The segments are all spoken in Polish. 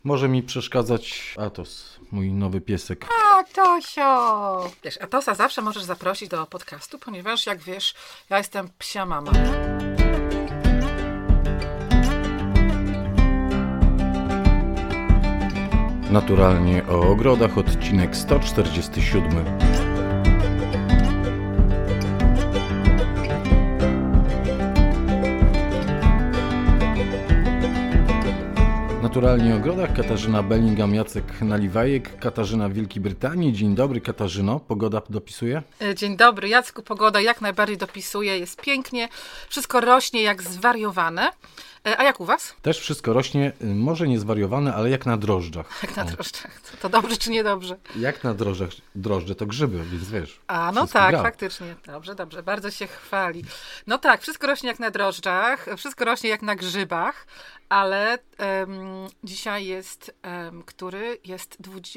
Może mi przeszkadzać Atos, mój nowy piesek. Atosio! Wiesz, Atosa zawsze możesz zaprosić do podcastu, ponieważ jak wiesz, ja jestem psia mama. Naturalnie o ogrodach, odcinek 147. Naturalnie o ogrodach, Katarzyna Bellingham, Jacek Naliwajek, Katarzyna w Wielkiej Brytanii. Dzień dobry, Katarzyno. Pogoda dopisuje? Dzień dobry, Jacku. Pogoda jak najbardziej dopisuje, jest pięknie. Wszystko rośnie jak zwariowane. A jak u was? Też wszystko rośnie, może nie zwariowane, ale jak na drożdżach. Jak na drożdżach. To dobrze czy niedobrze? Jak na drożdżach, drożdże to grzyby, więc wiesz. A, no tak, gra. Faktycznie. Dobrze, bardzo się chwali. No tak, wszystko rośnie jak na drożdżach, wszystko rośnie jak na grzybach, ale dzisiaj jest, który jest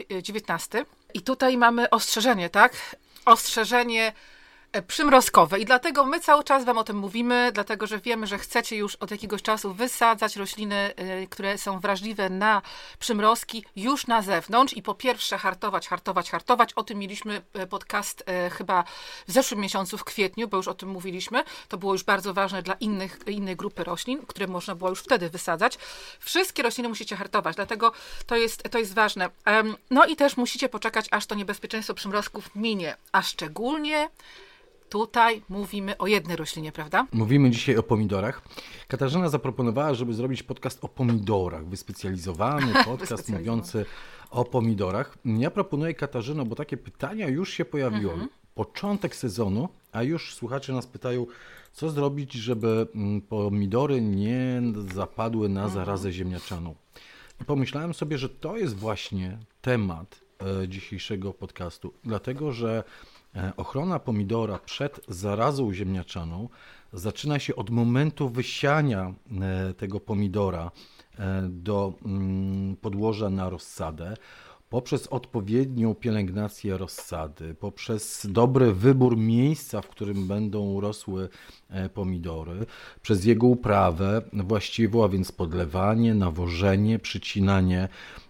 19. I tutaj mamy ostrzeżenie, tak? Ostrzeżenie przymrozkowe i dlatego my cały czas wam o tym mówimy, dlatego że wiemy, że chcecie już od jakiegoś czasu wysadzać rośliny, które są wrażliwe na przymrozki już na zewnątrz i po pierwsze hartować. O tym mieliśmy podcast chyba w zeszłym miesiącu, w kwietniu, bo już o tym mówiliśmy. To było już bardzo ważne dla innej grupy roślin, które można było już wtedy wysadzać. Wszystkie rośliny musicie hartować, dlatego to jest ważne. No i też musicie poczekać, aż to niebezpieczeństwo przymrozków minie, a szczególnie tutaj mówimy o jednej roślinie, prawda? Mówimy dzisiaj o pomidorach. Katarzyna zaproponowała, żeby zrobić podcast o pomidorach. Wyspecjalizowany podcast mówiący o pomidorach. Ja proponuję, Katarzyno, bo takie pytania już się pojawiły. Początek sezonu, a już słuchacze nas pytają, co zrobić, żeby pomidory nie zapadły na zarazę ziemniaczaną. I pomyślałem sobie, że to jest właśnie temat dzisiejszego podcastu, dlatego że ochrona pomidora przed zarazą ziemniaczaną zaczyna się od momentu wysiania tego pomidora do podłoża na rozsadę, poprzez odpowiednią pielęgnację rozsady, poprzez dobry wybór miejsca, w którym będą rosły pomidory, przez jego uprawę właściwą, a więc podlewanie, nawożenie, przycinanie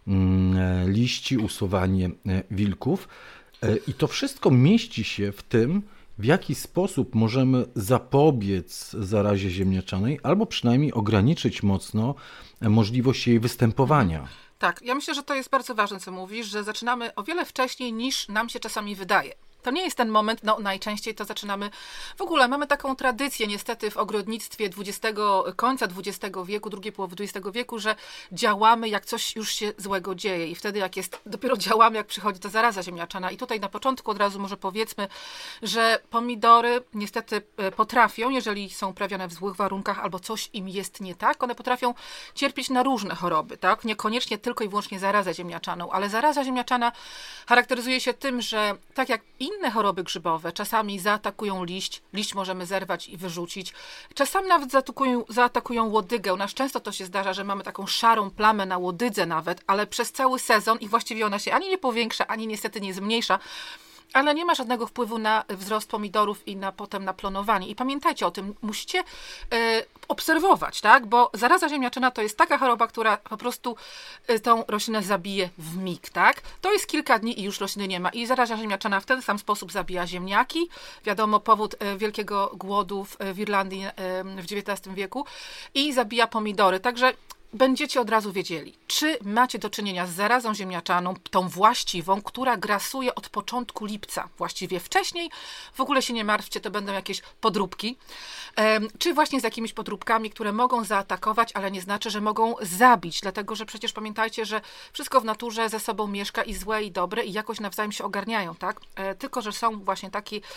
liści, usuwanie wilków. I to wszystko mieści się w tym, w jaki sposób możemy zapobiec zarazie ziemniaczanej albo przynajmniej ograniczyć mocno możliwość jej występowania. Tak, ja myślę, że to jest bardzo ważne, co mówisz, że zaczynamy o wiele wcześniej niż nam się czasami wydaje. To nie jest ten moment, najczęściej to zaczynamy, w ogóle mamy taką tradycję niestety w ogrodnictwie końca XX wieku, drugiej połowy XX wieku, że działamy jak coś już się złego dzieje i wtedy dopiero działamy jak przychodzi ta zaraza ziemniaczana i tutaj na początku od razu może powiedzmy, że pomidory niestety potrafią, jeżeli są uprawiane w złych warunkach albo coś im jest nie tak, one potrafią cierpieć na różne choroby, tak? Niekoniecznie tylko i wyłącznie zarazę ziemniaczaną, ale zaraza ziemniaczana charakteryzuje się tym, że tak jak inne choroby grzybowe czasami zaatakują liść możemy zerwać i wyrzucić. Czasami nawet zaatakują łodygę. Nasz często to się zdarza, że mamy taką szarą plamę na łodydze nawet, ale przez cały sezon i właściwie ona się ani nie powiększa, ani niestety nie zmniejsza, ale nie ma żadnego wpływu na wzrost pomidorów i potem na plonowanie. I pamiętajcie o tym, musicie obserwować, tak? Bo zaraza ziemniaczana to jest taka choroba, która po prostu tą roślinę zabije w mig, tak? To jest kilka dni i już rośliny nie ma. I zaraza ziemniaczana w ten sam sposób zabija ziemniaki. Wiadomo, powód wielkiego głodu w Irlandii w XIX wieku. I zabija pomidory. Także będziecie od razu wiedzieli, czy macie do czynienia z zarazą ziemniaczaną, tą właściwą, która grasuje od początku lipca, właściwie wcześniej. W ogóle się nie martwcie, to będą jakieś podróbki, czy właśnie z jakimiś podróbkami, które mogą zaatakować, ale nie znaczy, że mogą zabić, dlatego że przecież pamiętajcie, że wszystko w naturze ze sobą mieszka i złe, i dobre, i jakoś nawzajem się ogarniają, tak? Tylko że są właśnie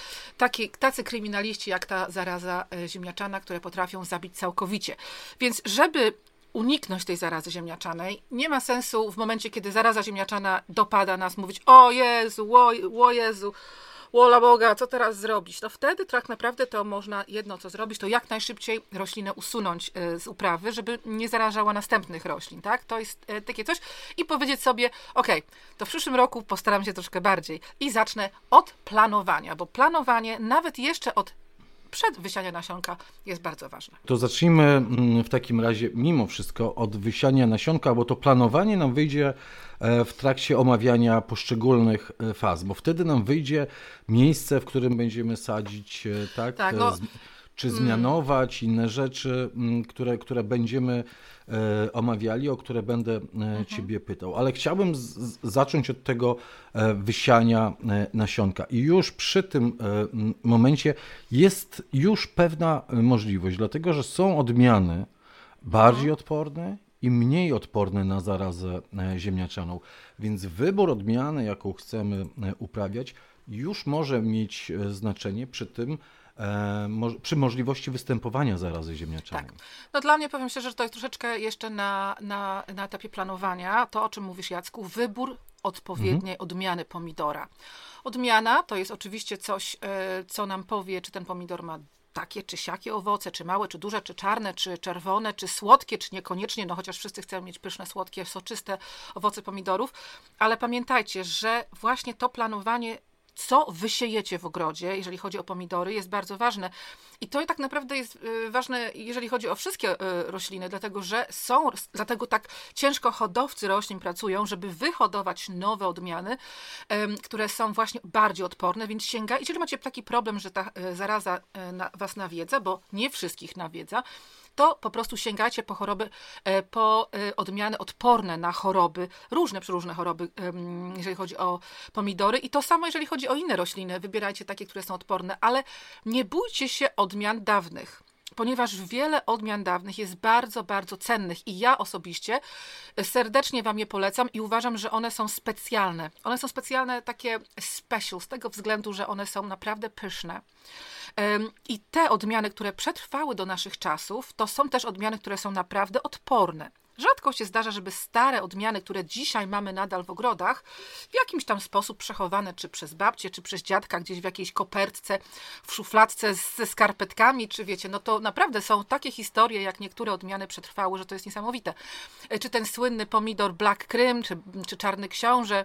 tacy kryminaliści, jak ta zaraza ziemniaczana, które potrafią zabić całkowicie. Więc żeby uniknąć tej zarazy ziemniaczanej, nie ma sensu w momencie, kiedy zaraza ziemniaczana dopada nas, mówić: o Jezu, o Jezu, wola Boga, co teraz zrobić? To wtedy tak naprawdę to można jedno co zrobić, to jak najszybciej roślinę usunąć z uprawy, żeby nie zarażała następnych roślin, tak? To jest takie coś i powiedzieć sobie: okej, to w przyszłym roku postaram się troszkę bardziej i zacznę od planowania, bo planowanie nawet jeszcze od przed wysiania nasionka jest bardzo ważne. To zacznijmy w takim razie mimo wszystko od wysiania nasionka, bo to planowanie nam wyjdzie w trakcie omawiania poszczególnych faz, bo wtedy nam wyjdzie miejsce, w którym będziemy sadzić, tak? Czy zmianować inne rzeczy, które będziemy omawiali, o które będę Ciebie pytał. Ale chciałbym zacząć od tego wysiania nasionka. I już przy tym momencie jest już pewna możliwość, dlatego że są odmiany bardziej odporne i mniej odporne na zarazę ziemniaczaną. Więc wybór odmiany, jaką chcemy uprawiać, już może mieć znaczenie przy tym, przy możliwości występowania zarazy ziemniaczanej. Tak. No dla mnie, powiem szczerze, że to jest troszeczkę jeszcze na etapie planowania. To, o czym mówisz, Jacku, wybór odpowiedniej odmiany pomidora. Odmiana to jest oczywiście coś, co nam powie, czy ten pomidor ma takie czy siakie owoce, czy małe, czy duże, czy czarne, czy czerwone, czy słodkie, czy niekoniecznie, no chociaż wszyscy chcemy mieć pyszne, słodkie, soczyste owoce pomidorów, ale pamiętajcie, że właśnie to planowanie, co wysiejecie w ogrodzie, jeżeli chodzi o pomidory, jest bardzo ważne. I to tak naprawdę jest ważne, jeżeli chodzi o wszystkie rośliny, dlatego tak ciężko hodowcy roślin pracują, żeby wyhodować nowe odmiany, które są właśnie bardziej odporne, więc jeżeli macie taki problem, że ta zaraza was nawiedza, bo nie wszystkich nawiedza, to po prostu sięgajcie po odmiany odporne na choroby, różne choroby, jeżeli chodzi o pomidory. I to samo, jeżeli chodzi o inne rośliny. Wybierajcie takie, które są odporne, ale nie bójcie się odmian dawnych, ponieważ wiele odmian dawnych jest bardzo, bardzo cennych i ja osobiście serdecznie Wam je polecam i uważam, że one są specjalne. One są specjalne, takie special, z tego względu, że one są naprawdę pyszne. I te odmiany, które przetrwały do naszych czasów, to są też odmiany, które są naprawdę odporne. Rzadko się zdarza, żeby stare odmiany, które dzisiaj mamy nadal w ogrodach, w jakimś tam sposób przechowane, czy przez babcię, czy przez dziadka, gdzieś w jakiejś kopertce, w szufladce ze skarpetkami, czy wiecie, no to naprawdę są takie historie, jak niektóre odmiany przetrwały, że to jest niesamowite. Czy ten słynny pomidor Black Crym, czy czarny książę,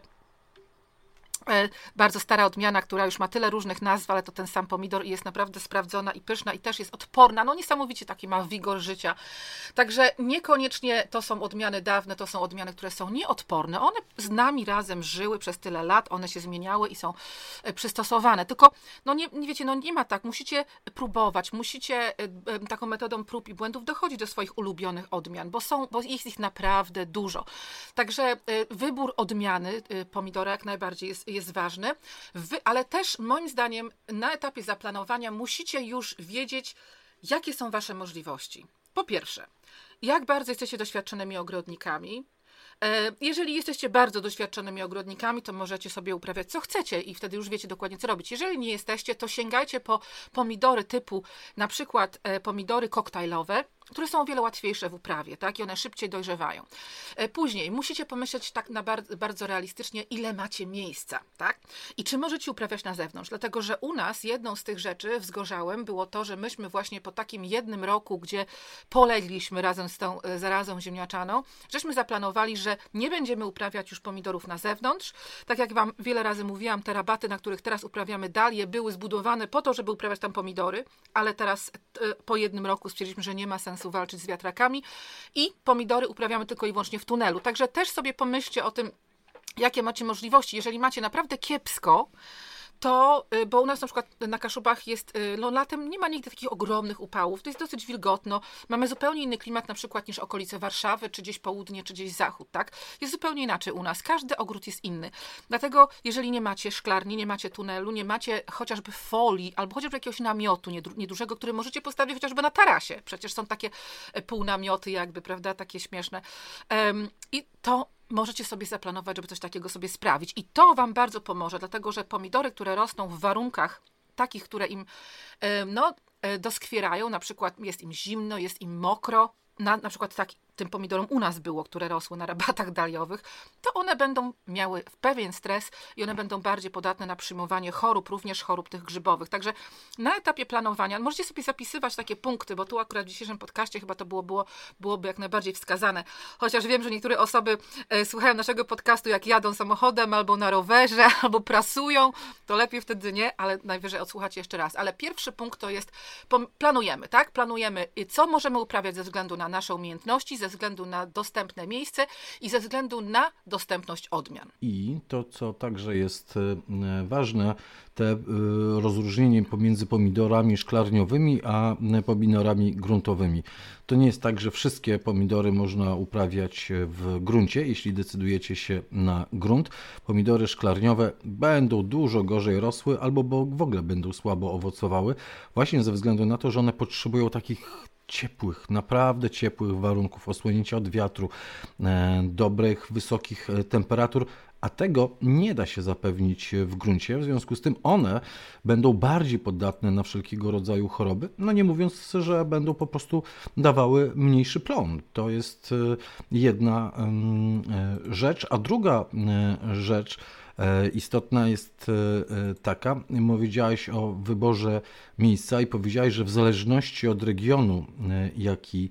bardzo stara odmiana, która już ma tyle różnych nazw, ale to ten sam pomidor i jest naprawdę sprawdzona i pyszna i też jest odporna. No niesamowicie taki ma wigor życia. Także niekoniecznie to są odmiany dawne, to są odmiany, które są nieodporne. One z nami razem żyły przez tyle lat, one się zmieniały i są przystosowane. Tylko, no nie wiecie, no nie ma tak. Musicie próbować, musicie taką metodą prób i błędów dochodzić do swoich ulubionych odmian, bo jest ich naprawdę dużo. Także wybór odmiany pomidora jak najbardziej jest ważny, ale też moim zdaniem na etapie zaplanowania musicie już wiedzieć, jakie są wasze możliwości. Po pierwsze, jak bardzo jesteście doświadczonymi ogrodnikami. Jeżeli jesteście bardzo doświadczonymi ogrodnikami, to możecie sobie uprawiać co chcecie i wtedy już wiecie dokładnie co robić. Jeżeli nie jesteście, to sięgajcie po pomidory typu na przykład pomidory koktajlowe, które są o wiele łatwiejsze w uprawie, tak? I one szybciej dojrzewają. Później musicie pomyśleć tak bardzo realistycznie, ile macie miejsca, tak? I czy możecie uprawiać na zewnątrz, dlatego że u nas jedną z tych rzeczy w Zgorzałym było to, że myśmy właśnie po takim jednym roku, gdzie polegliśmy razem z tą zarazą ziemniaczaną, żeśmy zaplanowali, że nie będziemy uprawiać już pomidorów na zewnątrz. Tak jak Wam wiele razy mówiłam, te rabaty, na których teraz uprawiamy dalie, były zbudowane po to, żeby uprawiać tam pomidory, ale teraz po jednym roku stwierdziliśmy, że nie ma sensu walczyć z wiatrakami i pomidory uprawiamy tylko i wyłącznie w tunelu. Także też sobie pomyślcie o tym, jakie macie możliwości. Jeżeli macie naprawdę kiepsko, to, bo u nas na przykład na Kaszubach jest, no latem nie ma nigdy takich ogromnych upałów, to jest dosyć wilgotno, mamy zupełnie inny klimat na przykład niż okolice Warszawy, czy gdzieś południe, czy gdzieś zachód, tak? Jest zupełnie inaczej u nas, każdy ogród jest inny. Dlatego, jeżeli nie macie szklarni, nie macie tunelu, nie macie chociażby folii, albo chociażby jakiegoś namiotu niedużego, który możecie postawić chociażby na tarasie, przecież są takie półnamioty jakby, prawda, takie śmieszne. I to możecie sobie zaplanować, żeby coś takiego sobie sprawić. I to Wam bardzo pomoże, dlatego że pomidory, które rosną w warunkach takich, które im doskwierają, na przykład jest im zimno, jest im mokro, na przykład tym pomidorom u nas było, które rosły na rabatach daliowych, to one będą miały pewien stres i one będą bardziej podatne na przyjmowanie chorób, również chorób tych grzybowych. Także na etapie planowania możecie sobie zapisywać takie punkty, bo tu akurat w dzisiejszym podcaście chyba to byłoby jak najbardziej wskazane. Chociaż wiem, że niektóre osoby słuchają naszego podcastu, jak jadą samochodem, albo na rowerze, albo prasują, to lepiej wtedy nie, ale najwyżej odsłuchacie jeszcze raz. Ale pierwszy punkt to jest, planujemy, tak? Planujemy, co możemy uprawiać ze względu na nasze umiejętności, ze względu na dostępne miejsce i ze względu na dostępność odmian. I to, co także jest ważne, te rozróżnienie pomiędzy pomidorami szklarniowymi a pomidorami gruntowymi. To nie jest tak, że wszystkie pomidory można uprawiać w gruncie, jeśli decydujecie się na grunt. Pomidory szklarniowe będą dużo gorzej rosły albo w ogóle będą słabo owocowały, właśnie ze względu na to, że one potrzebują takich ciepłych, naprawdę ciepłych warunków, osłonięcia od wiatru, dobrych, wysokich temperatur, a tego nie da się zapewnić w gruncie, w związku z tym one będą bardziej podatne na wszelkiego rodzaju choroby, no nie mówiąc, że będą po prostu dawały mniejszy plon. To jest jedna rzecz, a druga rzecz istotna jest taka, powiedziałaś o wyborze miejsca i powiedziałaś, że w zależności od regionu, jaki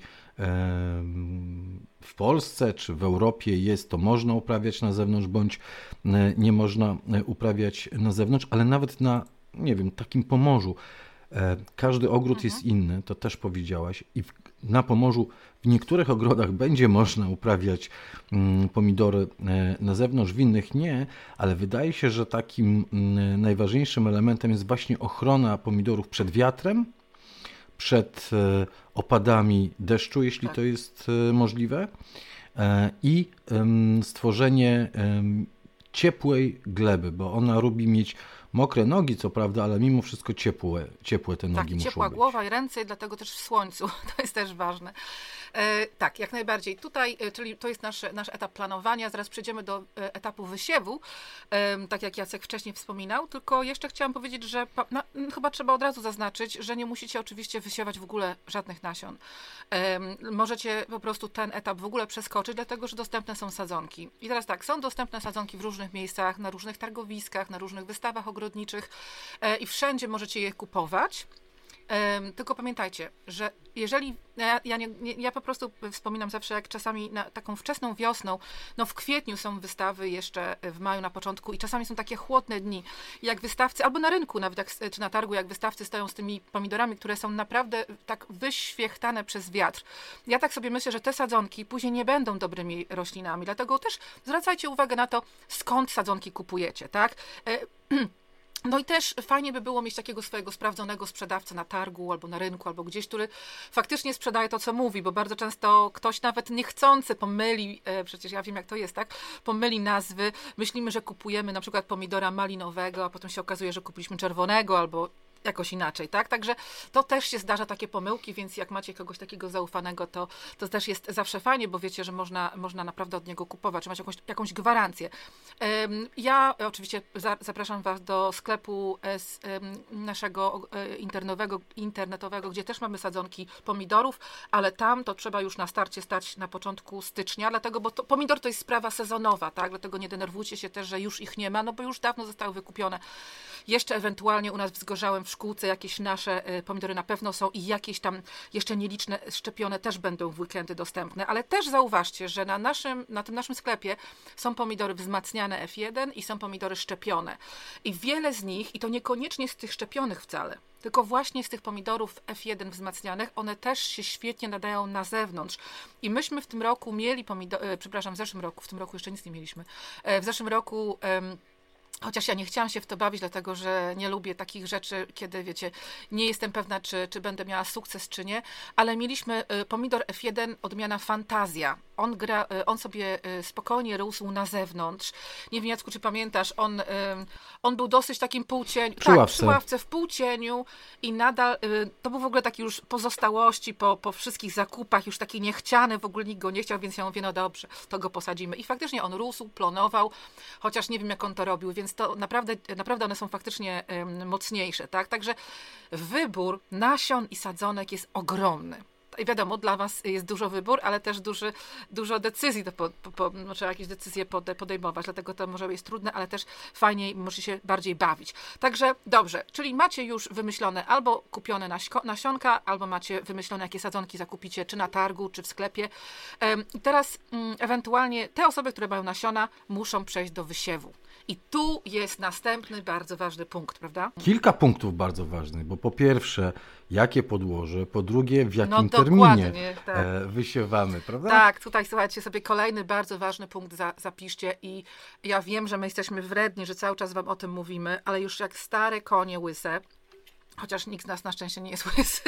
w Polsce czy w Europie jest, to można uprawiać na zewnątrz, bądź nie można uprawiać na zewnątrz, ale nawet na, nie wiem, takim Pomorzu. Każdy ogród jest inny, to też powiedziałaś, i na Pomorzu w niektórych ogrodach będzie można uprawiać pomidory na zewnątrz, w innych nie, ale wydaje się, że takim najważniejszym elementem jest właśnie ochrona pomidorów przed wiatrem, przed opadami deszczu, jeśli to jest możliwe, i stworzenie ciepłej gleby, bo ona lubi mieć mokre nogi, co prawda, ale mimo wszystko ciepłe te nogi muszą ciepła być. głowa i ręce, i dlatego też w słońcu. To jest też ważne. Tak, jak najbardziej. Tutaj, czyli to jest nasz etap planowania. Zaraz przejdziemy do etapu wysiewu, tak jak Jacek wcześniej wspominał, tylko jeszcze chciałam powiedzieć, że chyba trzeba od razu zaznaczyć, że nie musicie oczywiście wysiewać w ogóle żadnych nasion. Możecie po prostu ten etap w ogóle przeskoczyć, dlatego że dostępne są sadzonki. I teraz tak, są dostępne sadzonki w różnych miejscach, na różnych targowiskach, na różnych wystawach ogrodniczych i wszędzie możecie je kupować. Tylko pamiętajcie, że jeżeli, ja po prostu wspominam zawsze, jak czasami taką wczesną wiosną, no w kwietniu są wystawy, jeszcze w maju na początku, i czasami są takie chłodne dni, jak wystawcy, albo na rynku nawet, czy na targu, jak wystawcy stoją z tymi pomidorami, które są naprawdę tak wyświechtane przez wiatr. Ja tak sobie myślę, że te sadzonki później nie będą dobrymi roślinami, dlatego też zwracajcie uwagę na to, skąd sadzonki kupujecie, tak? No i też fajnie by było mieć takiego swojego sprawdzonego sprzedawcę na targu, albo na rynku, albo gdzieś, który faktycznie sprzedaje to, co mówi, bo bardzo często ktoś nawet niechcący pomyli, przecież ja wiem, jak to jest, tak? Pomyli nazwy, myślimy, że kupujemy na przykład pomidora malinowego, a potem się okazuje, że kupiliśmy czerwonego, albo jakoś inaczej, tak? Także to też się zdarza, takie pomyłki, więc jak macie kogoś takiego zaufanego, to też jest zawsze fajnie, bo wiecie, że można naprawdę od niego kupować, czy macie jakąś gwarancję. Ja oczywiście zapraszam Was do sklepu naszego internetowego, gdzie też mamy sadzonki pomidorów, ale tam to trzeba już na starcie stać na początku stycznia, dlatego, bo pomidor to jest sprawa sezonowa, tak? Dlatego nie denerwujcie się też, że już ich nie ma, no bo już dawno zostały wykupione. Jeszcze ewentualnie u nas w Zgorzałem w szkółce jakieś nasze pomidory na pewno są i jakieś tam jeszcze nieliczne szczepione też będą w weekendy dostępne, ale też zauważcie, że na tym naszym sklepie są pomidory wzmacniane F1 i są pomidory szczepione. I wiele z nich, i to niekoniecznie z tych szczepionych wcale, tylko właśnie z tych pomidorów F1 wzmacnianych, one też się świetnie nadają na zewnątrz. I myśmy w tym roku mieli w zeszłym roku, w tym roku jeszcze nic nie mieliśmy, w zeszłym roku chociaż ja nie chciałam się w to bawić, dlatego że nie lubię takich rzeczy, kiedy, wiecie, nie jestem pewna, czy będę miała sukces, czy nie, ale mieliśmy pomidor F1 odmiana Fantazja. On sobie spokojnie rósł na zewnątrz. Nie wiem, Jacku, czy pamiętasz, on był dosyć takim półcieniu. Przy ławce w półcieniu i nadal, to był w ogóle taki już pozostałości po wszystkich zakupach, już taki niechciany, w ogóle nikt go nie chciał, więc ja mówię, no dobrze, to go posadzimy. I faktycznie on rósł, plonował, chociaż nie wiem, jak on to robił, więc to naprawdę one są faktycznie mocniejsze, tak? Także wybór nasion i sadzonek jest ogromny. I wiadomo, dla was jest dużo wybór, ale też dużo decyzji, trzeba jakieś decyzje podejmować, dlatego to może jest trudne, ale też fajniej, możecie się bardziej bawić. Także dobrze, czyli macie już wymyślone albo kupione nasionka, albo macie wymyślone, jakie sadzonki zakupicie, czy na targu, czy w sklepie. I teraz ewentualnie te osoby, które mają nasiona, muszą przejść do wysiewu. I tu jest następny bardzo ważny punkt, prawda? Kilka punktów bardzo ważnych, bo po pierwsze, jakie podłoże, po drugie, w jakim terminie wysiewamy, prawda? Tak, tutaj słuchajcie sobie, kolejny bardzo ważny punkt zapiszcie i ja wiem, że my jesteśmy wredni, że cały czas wam o tym mówimy, ale już jak stare konie łyse, chociaż nikt z nas na szczęście nie jest łysy,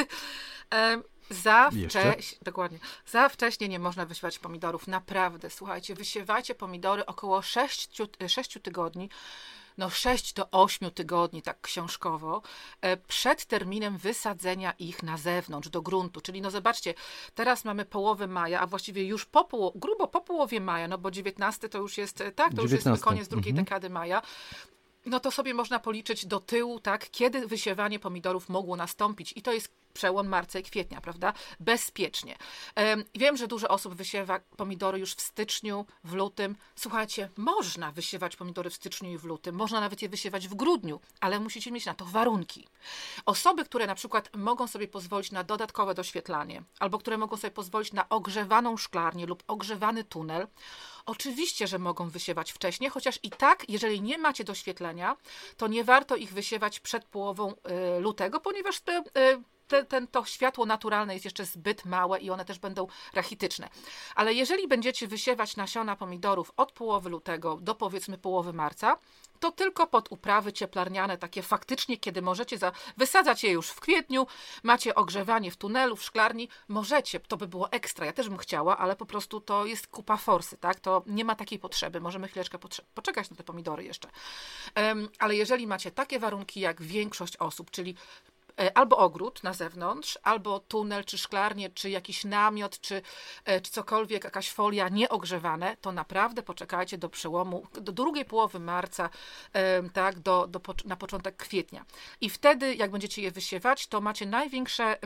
za wcześnie nie można wysiewać pomidorów. Naprawdę, słuchajcie, wysiewajcie pomidory około 6 tygodni, 6 do 8 tygodni, tak książkowo, przed terminem wysadzenia ich na zewnątrz, do gruntu. Czyli zobaczcie, teraz mamy połowę maja, a właściwie już grubo po połowie maja, bo 19 to już jest, to już jest koniec drugiej dekady maja. To sobie można policzyć do tyłu, tak, kiedy wysiewanie pomidorów mogło nastąpić. I to jest przełom marca i kwietnia, prawda? Bezpiecznie. Wiem, że dużo osób wysiewa pomidory już w styczniu, w lutym. Słuchajcie, można wysiewać pomidory w styczniu i w lutym. Można nawet je wysiewać w grudniu, ale musicie mieć na to warunki. Osoby, które na przykład mogą sobie pozwolić na dodatkowe doświetlanie, albo które mogą sobie pozwolić na ogrzewaną szklarnię lub ogrzewany tunel, oczywiście, że mogą wysiewać wcześniej, chociaż i tak, jeżeli nie macie doświetlenia, to nie warto ich wysiewać przed połową lutego, ponieważ to światło naturalne jest jeszcze zbyt małe i one też będą rachityczne. Ale jeżeli będziecie wysiewać nasiona pomidorów od połowy lutego do powiedzmy połowy marca, to tylko pod uprawy cieplarniane, takie faktycznie, kiedy możecie wysadzać je już w kwietniu, macie ogrzewanie w tunelu, w szklarni, możecie, to by było ekstra, ja też bym chciała, ale po prostu to jest kupa forsy, tak? To nie ma takiej potrzeby, możemy chwileczkę poczekać na te pomidory jeszcze. Ale jeżeli macie takie warunki jak większość osób, czyli albo ogród na zewnątrz, albo tunel, czy szklarnię, czy jakiś namiot, czy cokolwiek, jakaś folia nieogrzewane, to naprawdę poczekajcie do przełomu, do drugiej połowy marca, tak, na początek kwietnia. I wtedy, jak będziecie je wysiewać, to macie największe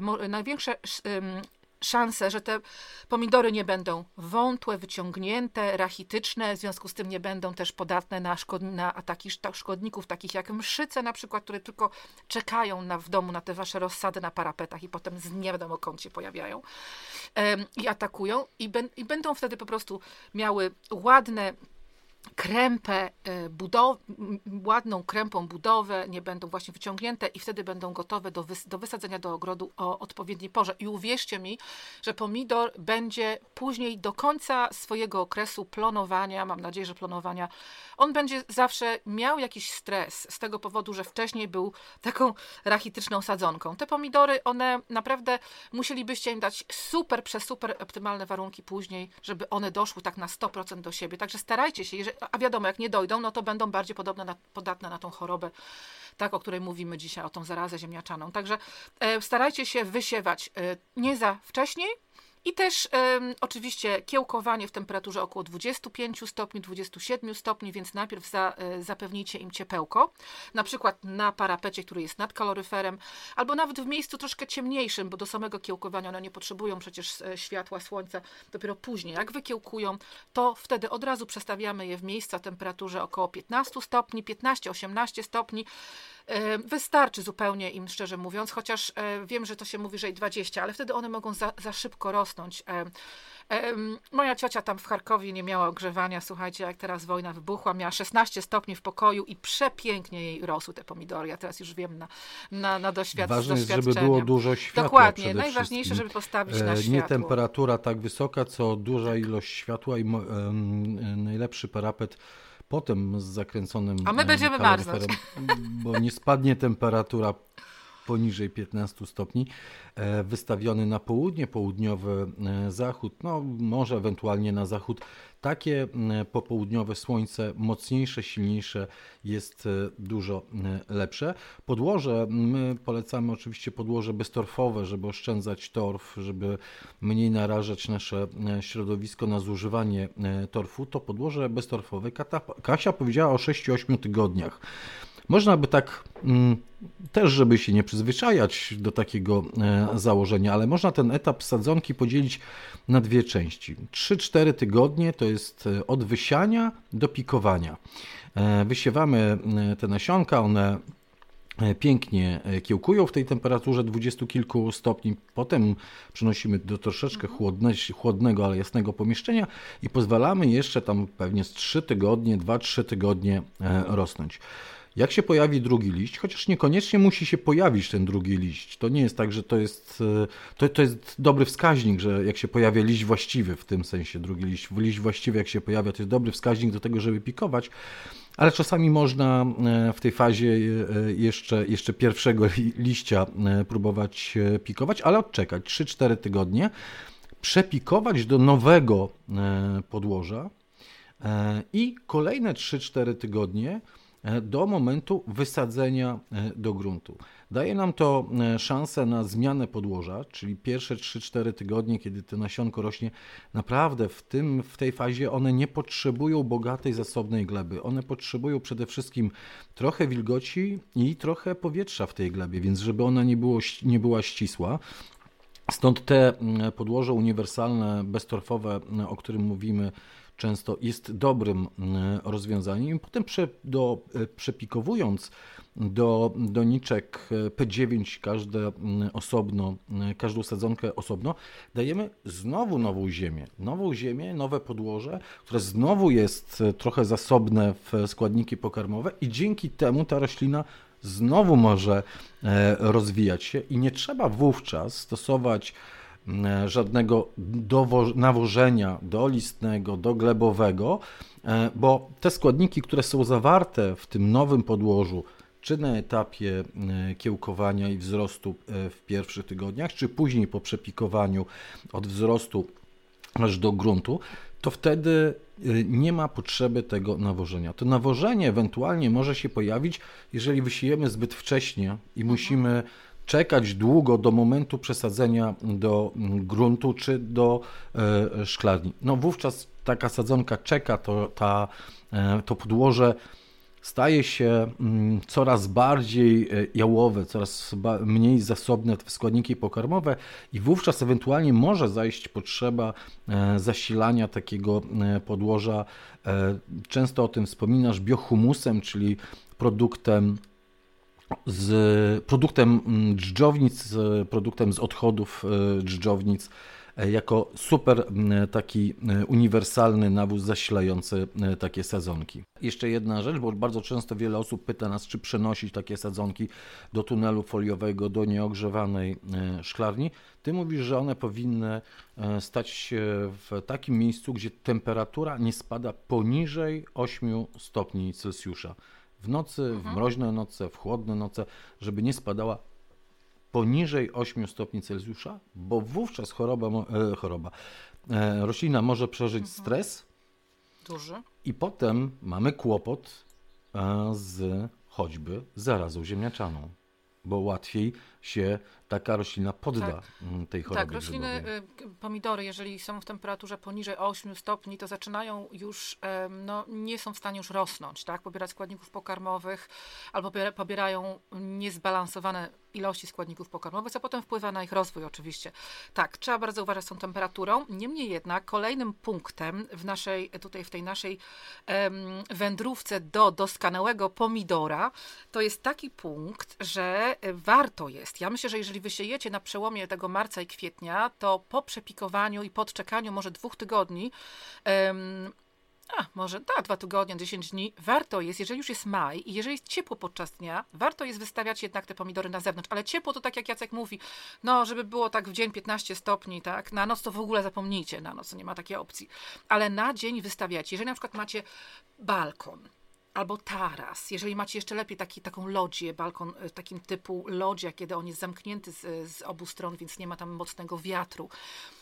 szanse, że te pomidory nie będą wątłe, wyciągnięte, rachityczne, w związku z tym nie będą też podatne na ataki szkodników, takich jak mszyce na przykład, które tylko czekają w domu na te wasze rozsady na parapetach i potem z nie wiadomo kąt się pojawiają i atakują i będą wtedy po prostu miały ładne ładną krępą budowę, nie będą właśnie wyciągnięte i wtedy będą gotowe do wysadzenia do ogrodu o odpowiedniej porze. I uwierzcie mi, że pomidor będzie później do końca swojego okresu plonowania, mam nadzieję, że plonowania, on będzie zawsze miał jakiś stres z tego powodu, że wcześniej był taką rachityczną sadzonką. Te pomidory, one naprawdę musielibyście im dać super optymalne warunki później, żeby one doszły tak na 100% do siebie. Także starajcie się, a wiadomo, jak nie dojdą, to będą bardziej podatne na tą chorobę, tak, o której mówimy dzisiaj, o tą zarazę ziemniaczaną. Także starajcie się wysiewać nie za wcześniej i też oczywiście kiełkowanie w temperaturze około 25 stopni, 27 stopni, więc najpierw zapewnijcie im ciepełko, na przykład na parapecie, który jest nad kaloryferem, albo nawet w miejscu troszkę ciemniejszym, bo do samego kiełkowania one nie potrzebują przecież światła słońca, dopiero później. Jak wykiełkują, to wtedy od razu przestawiamy je w miejsca o temperaturze około 15 stopni, 15-18 stopni. Wystarczy zupełnie im, szczerze mówiąc, chociaż wiem, że to się mówi, że i 20, ale wtedy one mogą za szybko rosnąć. Moja ciocia tam w Charkowie nie miała ogrzewania, słuchajcie, jak teraz wojna wybuchła, miała 16 stopni w pokoju i przepięknie jej rosły te pomidory. Ja teraz już wiem na doświadczenia. Ważne jest, żeby było dużo światła. Dokładnie, najważniejsze, żeby postawić na światło. Nie temperatura tak wysoka, co duża ilość światła i najlepszy parapet potem z zakręconym a my będziemy marznąć, bo nie spadnie temperatura poniżej 15 stopni, wystawiony na południe, południowy zachód, może ewentualnie na zachód takie popołudniowe słońce, mocniejsze, silniejsze, jest dużo lepsze. Podłoże, my polecamy oczywiście podłoże beztorfowe, żeby oszczędzać torf, żeby mniej narażać nasze środowisko na zużywanie torfu. To podłoże beztorfowe. Kasia powiedziała o 6-8 tygodniach. Można by tak też, żeby się nie przyzwyczajać do takiego założenia, ale można ten etap sadzonki podzielić na dwie części. 3-4 tygodnie to jest od wysiania do pikowania. Wysiewamy te nasionka, one pięknie kiełkują w tej temperaturze 20 kilku stopni. Potem przenosimy do troszeczkę chłodnego, ale jasnego pomieszczenia i pozwalamy jeszcze tam pewnie z 3 tygodnie, 2-3 tygodnie rosnąć. Jak się pojawi drugi liść, chociaż niekoniecznie musi się pojawić ten drugi liść. To nie jest tak, że to jest dobry wskaźnik, że jak się pojawia liść właściwy, w tym sensie drugi liść właściwy jak się pojawia, to jest dobry wskaźnik do tego, żeby pikować, ale czasami można w tej fazie jeszcze pierwszego liścia próbować pikować, ale odczekać 3-4 tygodnie, przepikować do nowego podłoża i kolejne 3-4 tygodnie do momentu wysadzenia do gruntu. Daje nam to szansę na zmianę podłoża, czyli pierwsze 3-4 tygodnie, kiedy to nasionko rośnie, naprawdę w tej fazie one nie potrzebują bogatej, zasobnej gleby. One potrzebują przede wszystkim trochę wilgoci i trochę powietrza w tej glebie, więc żeby ona nie była ścisła. Stąd te podłoże uniwersalne, beztorfowe, o którym mówimy, często jest dobrym rozwiązaniem. I potem przepikowując do doniczek P9 każdą sadzonkę osobno, dajemy znowu nową ziemię, nowe podłoże, które znowu jest trochę zasobne w składniki pokarmowe i dzięki temu ta roślina znowu może rozwijać się i nie trzeba wówczas stosować żadnego nawożenia dolistnego, doglebowego, bo te składniki, które są zawarte w tym nowym podłożu, czy na etapie kiełkowania i wzrostu w pierwszych tygodniach, czy później po przepikowaniu od wzrostu aż do gruntu, to wtedy nie ma potrzeby tego nawożenia. To nawożenie ewentualnie może się pojawić, jeżeli wysiejemy zbyt wcześnie i musimy czekać długo do momentu przesadzenia do gruntu czy do szklarni. No wówczas taka sadzonka czeka, to podłoże staje się coraz bardziej jałowe, coraz mniej zasobne w składniki pokarmowe i wówczas ewentualnie może zajść potrzeba zasilania takiego podłoża. Często o tym wspominasz, biohumusem, czyli produktem dżdżownic, produktem z odchodów dżdżownic, jako super taki uniwersalny nawóz zasilający takie sadzonki. Jeszcze jedna rzecz, bo bardzo często wiele osób pyta nas, czy przenosić takie sadzonki do tunelu foliowego, do nieogrzewanej szklarni. Ty mówisz, że one powinny stać się w takim miejscu, gdzie temperatura nie spada poniżej 8 stopni Celsjusza. W nocy, w mroźne noce, w chłodne noce, żeby nie spadała poniżej 8 stopni Celsjusza, bo wówczas roślina może przeżyć stres duży i potem mamy kłopot z choćby zarazą ziemniaczaną, bo łatwiej się taka roślina podda tej chorobie. Tak, rośliny, pomidory, jeżeli są w temperaturze poniżej 8 stopni, to zaczynają już, nie są w stanie już rosnąć, tak? Pobierać składników pokarmowych albo pobierają niezbalansowane ilości składników pokarmowych, co potem wpływa na ich rozwój oczywiście. Tak, trzeba bardzo uważać z tą temperaturą. Niemniej jednak kolejnym punktem w tej naszej wędrówce do doskonałego pomidora to jest taki punkt, że warto jest. Ja myślę, że jeżeli wysiejecie na przełomie tego marca i kwietnia, to po przepikowaniu i podczekaniu może 2 tygodni, może 2 tygodnie, 10 dni, warto jest, jeżeli już jest maj i jeżeli jest ciepło podczas dnia, warto jest wystawiać jednak te pomidory na zewnątrz. Ale ciepło to tak jak Jacek mówi, żeby było tak w dzień 15 stopni, tak, na noc to w ogóle zapomnijcie, na noc nie ma takiej opcji. Ale na dzień wystawiacie. Jeżeli na przykład macie balkon, albo taras, jeżeli macie jeszcze lepiej taką lodzię, balkon takim typu lodzia, kiedy on jest zamknięty z obu stron, więc nie ma tam mocnego wiatru.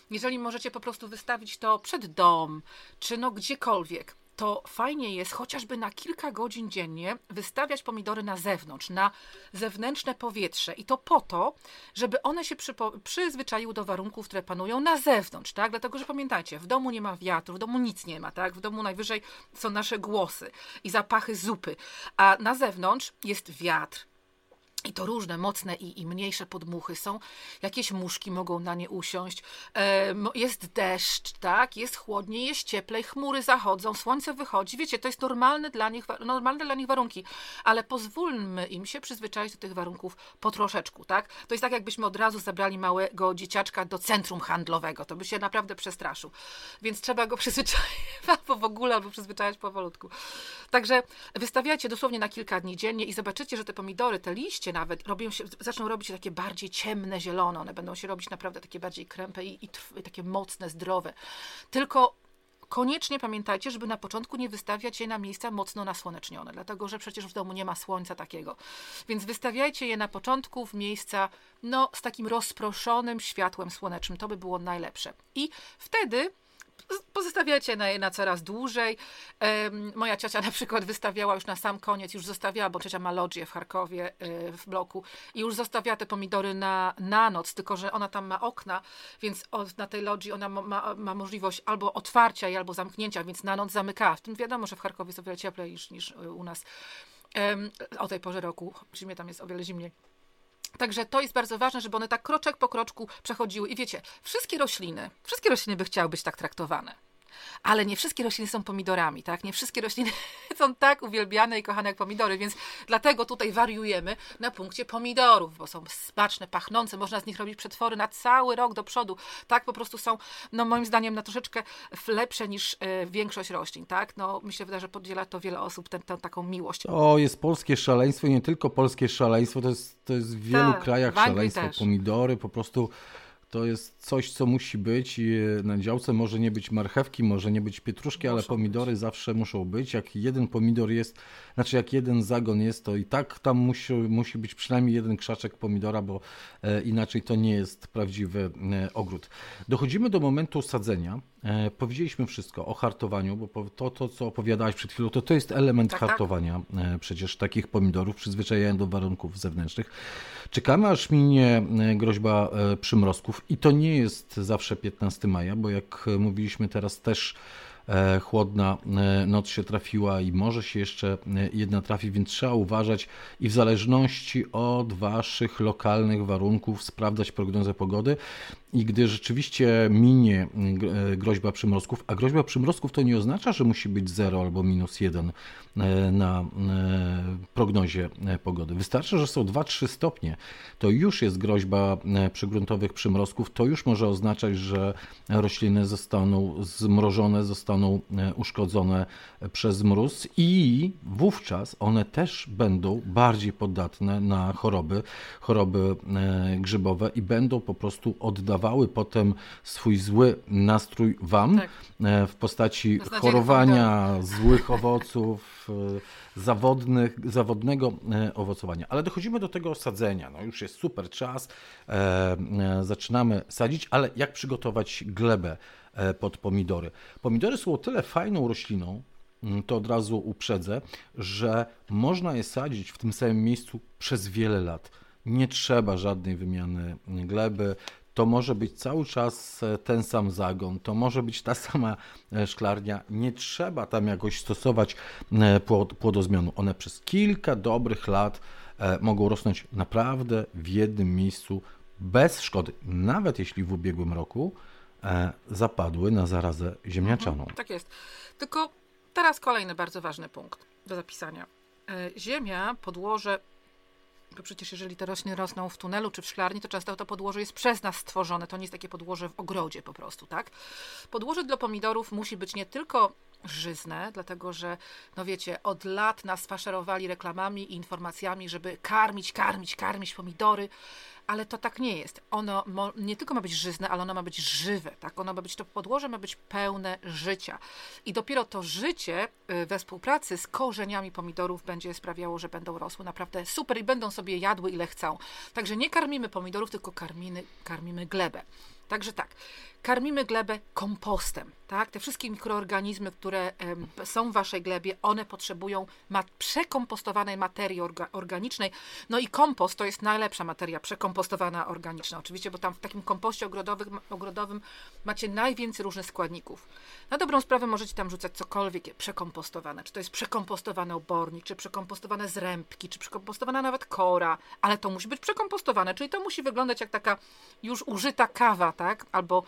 jeżeli możecie po prostu wystawić to przed dom, czy no gdziekolwiek, to fajnie jest chociażby na kilka godzin dziennie wystawiać pomidory na zewnątrz, na zewnętrzne powietrze. I to po to, żeby one się przyzwyczaiły do warunków, które panują na zewnątrz, tak? Dlatego, że pamiętajcie, w domu nie ma wiatru, w domu nic nie ma, tak? W domu najwyżej są nasze głosy i zapachy zupy, a na zewnątrz jest wiatr. I to różne, mocne i mniejsze podmuchy są. Jakieś muszki mogą na nie usiąść. Jest deszcz, tak? Jest chłodniej, jest cieplej, chmury zachodzą, słońce wychodzi. Wiecie, to jest normalne dla nich warunki. Ale pozwólmy im się przyzwyczaić do tych warunków po troszeczku, tak? To jest tak, jakbyśmy od razu zabrali małego dzieciaczka do centrum handlowego. To by się naprawdę przestraszył. Więc trzeba go przyzwyczaić albo w ogóle, albo przyzwyczajać powolutku. Także wystawiajcie dosłownie na kilka dni dziennie i zobaczycie, że te pomidory, te liście nawet zaczną robić się takie bardziej ciemne, zielone. One będą się robić naprawdę takie bardziej krępe i takie mocne, zdrowe. Tylko koniecznie pamiętajcie, żeby na początku nie wystawiać je na miejsca mocno nasłonecznione, dlatego że przecież w domu nie ma słońca takiego. Więc wystawiajcie je na początku w miejsca z takim rozproszonym światłem słonecznym. To by było najlepsze. I wtedy pozostawiacie je na coraz dłużej. Moja ciocia na przykład wystawiała już na sam koniec, już zostawiała, bo ciocia ma lodżię w Charkowie, w bloku i już zostawiała te pomidory na noc, tylko że ona tam ma okna, więc na tej lodżii ona ma możliwość albo otwarcia jej, albo zamknięcia, więc na noc zamykała. W tym wiadomo, że w Charkowie jest o wiele cieplej niż u nas o tej porze roku. W zimie tam jest o wiele zimniej. Także to jest bardzo ważne, żeby one tak kroczek po kroczku przechodziły. I wiecie, wszystkie rośliny by chciały być tak traktowane. Ale nie wszystkie rośliny są pomidorami, tak? Nie wszystkie rośliny są tak uwielbiane i kochane jak pomidory, więc dlatego tutaj wariujemy na punkcie pomidorów, bo są smaczne, pachnące, można z nich robić przetwory na cały rok do przodu. Tak po prostu są, moim zdaniem, na troszeczkę lepsze niż większość roślin, tak? Mi się wydaje, że podziela to wiele osób, tę taką miłość. To jest polskie szaleństwo i nie tylko polskie szaleństwo, to jest w wielu krajach szaleństwo. Też. Pomidory po prostu... To jest coś, co musi być. Na działce może nie być marchewki, może nie być pietruszki, ale pomidory zawsze muszą być. Jak jeden pomidor jest, jak jeden zagon jest, to i tak tam musi być przynajmniej jeden krzaczek pomidora, bo inaczej to nie jest prawdziwy ogród. Dochodzimy do momentu sadzenia. Powiedzieliśmy wszystko o hartowaniu, bo to co opowiadałaś przed chwilą, to jest element hartowania przecież takich pomidorów, przyzwyczajania do warunków zewnętrznych. Czekamy, aż minie groźba przymrozków i to nie jest zawsze 15 maja, bo jak mówiliśmy teraz też chłodna noc się trafiła i może się jeszcze jedna trafi, więc trzeba uważać i w zależności od waszych lokalnych warunków sprawdzać prognozę pogody i gdy rzeczywiście minie groźba przymrozków, a groźba przymrozków to nie oznacza, że musi być 0 albo -1 na prognozie pogody. Wystarczy, że są 2-3 stopnie, to już jest groźba przygruntowych przymrozków, to już może oznaczać, że rośliny zostaną zmrożone, zostaną uszkodzone przez mróz i wówczas one też będą bardziej podatne na choroby grzybowe i będą po prostu oddawały potem swój zły nastrój wam w postaci chorowania, złych owoców, zawodnego owocowania. Ale dochodzimy do tego sadzenia. Już jest super czas, zaczynamy sadzić, ale jak przygotować glebę pod pomidory? Pomidory są o tyle fajną rośliną, to od razu uprzedzę, że można je sadzić w tym samym miejscu przez wiele lat. Nie trzeba żadnej wymiany gleby. To może być cały czas ten sam zagon, to może być ta sama szklarnia. Nie trzeba tam jakoś stosować płodozmianu. One przez kilka dobrych lat mogą rosnąć naprawdę w jednym miejscu bez szkody. Nawet jeśli w ubiegłym roku zapadły na zarazę ziemniaczaną. Tak jest. Tylko teraz kolejny bardzo ważny punkt do zapisania. Ziemia, podłoże, bo przecież jeżeli te rośliny rosną w tunelu czy w szklarni, to często to podłoże jest przez nas stworzone. To nie jest takie podłoże w ogrodzie po prostu, tak? Podłoże dla pomidorów musi być nie tylko żyzne, dlatego że, wiecie, od lat nas faszerowali reklamami i informacjami, żeby karmić pomidory, ale to tak nie jest. Ono nie tylko ma być żyzne, ale ono ma być żywe, tak? To podłoże ma być pełne życia. I dopiero to życie we współpracy z korzeniami pomidorów będzie sprawiało, że będą rosły naprawdę super i będą sobie jadły ile chcą. Także nie karmimy pomidorów, tylko karmimy glebę. Także tak, karmimy glebę kompostem. Tak? Te wszystkie mikroorganizmy, które są w waszej glebie, one potrzebują przekompostowanej materii organicznej. No i kompost to jest najlepsza materia przekompostowana organiczna. Oczywiście, bo tam w takim kompoście ogrodowym macie najwięcej różnych składników. Na dobrą sprawę możecie tam rzucać cokolwiek przekompostowane. Czy to jest przekompostowany obornik, czy przekompostowane zrębki, czy przekompostowana nawet kora, ale to musi być przekompostowane, czyli to musi wyglądać jak taka już użyta kawa, tak? Albo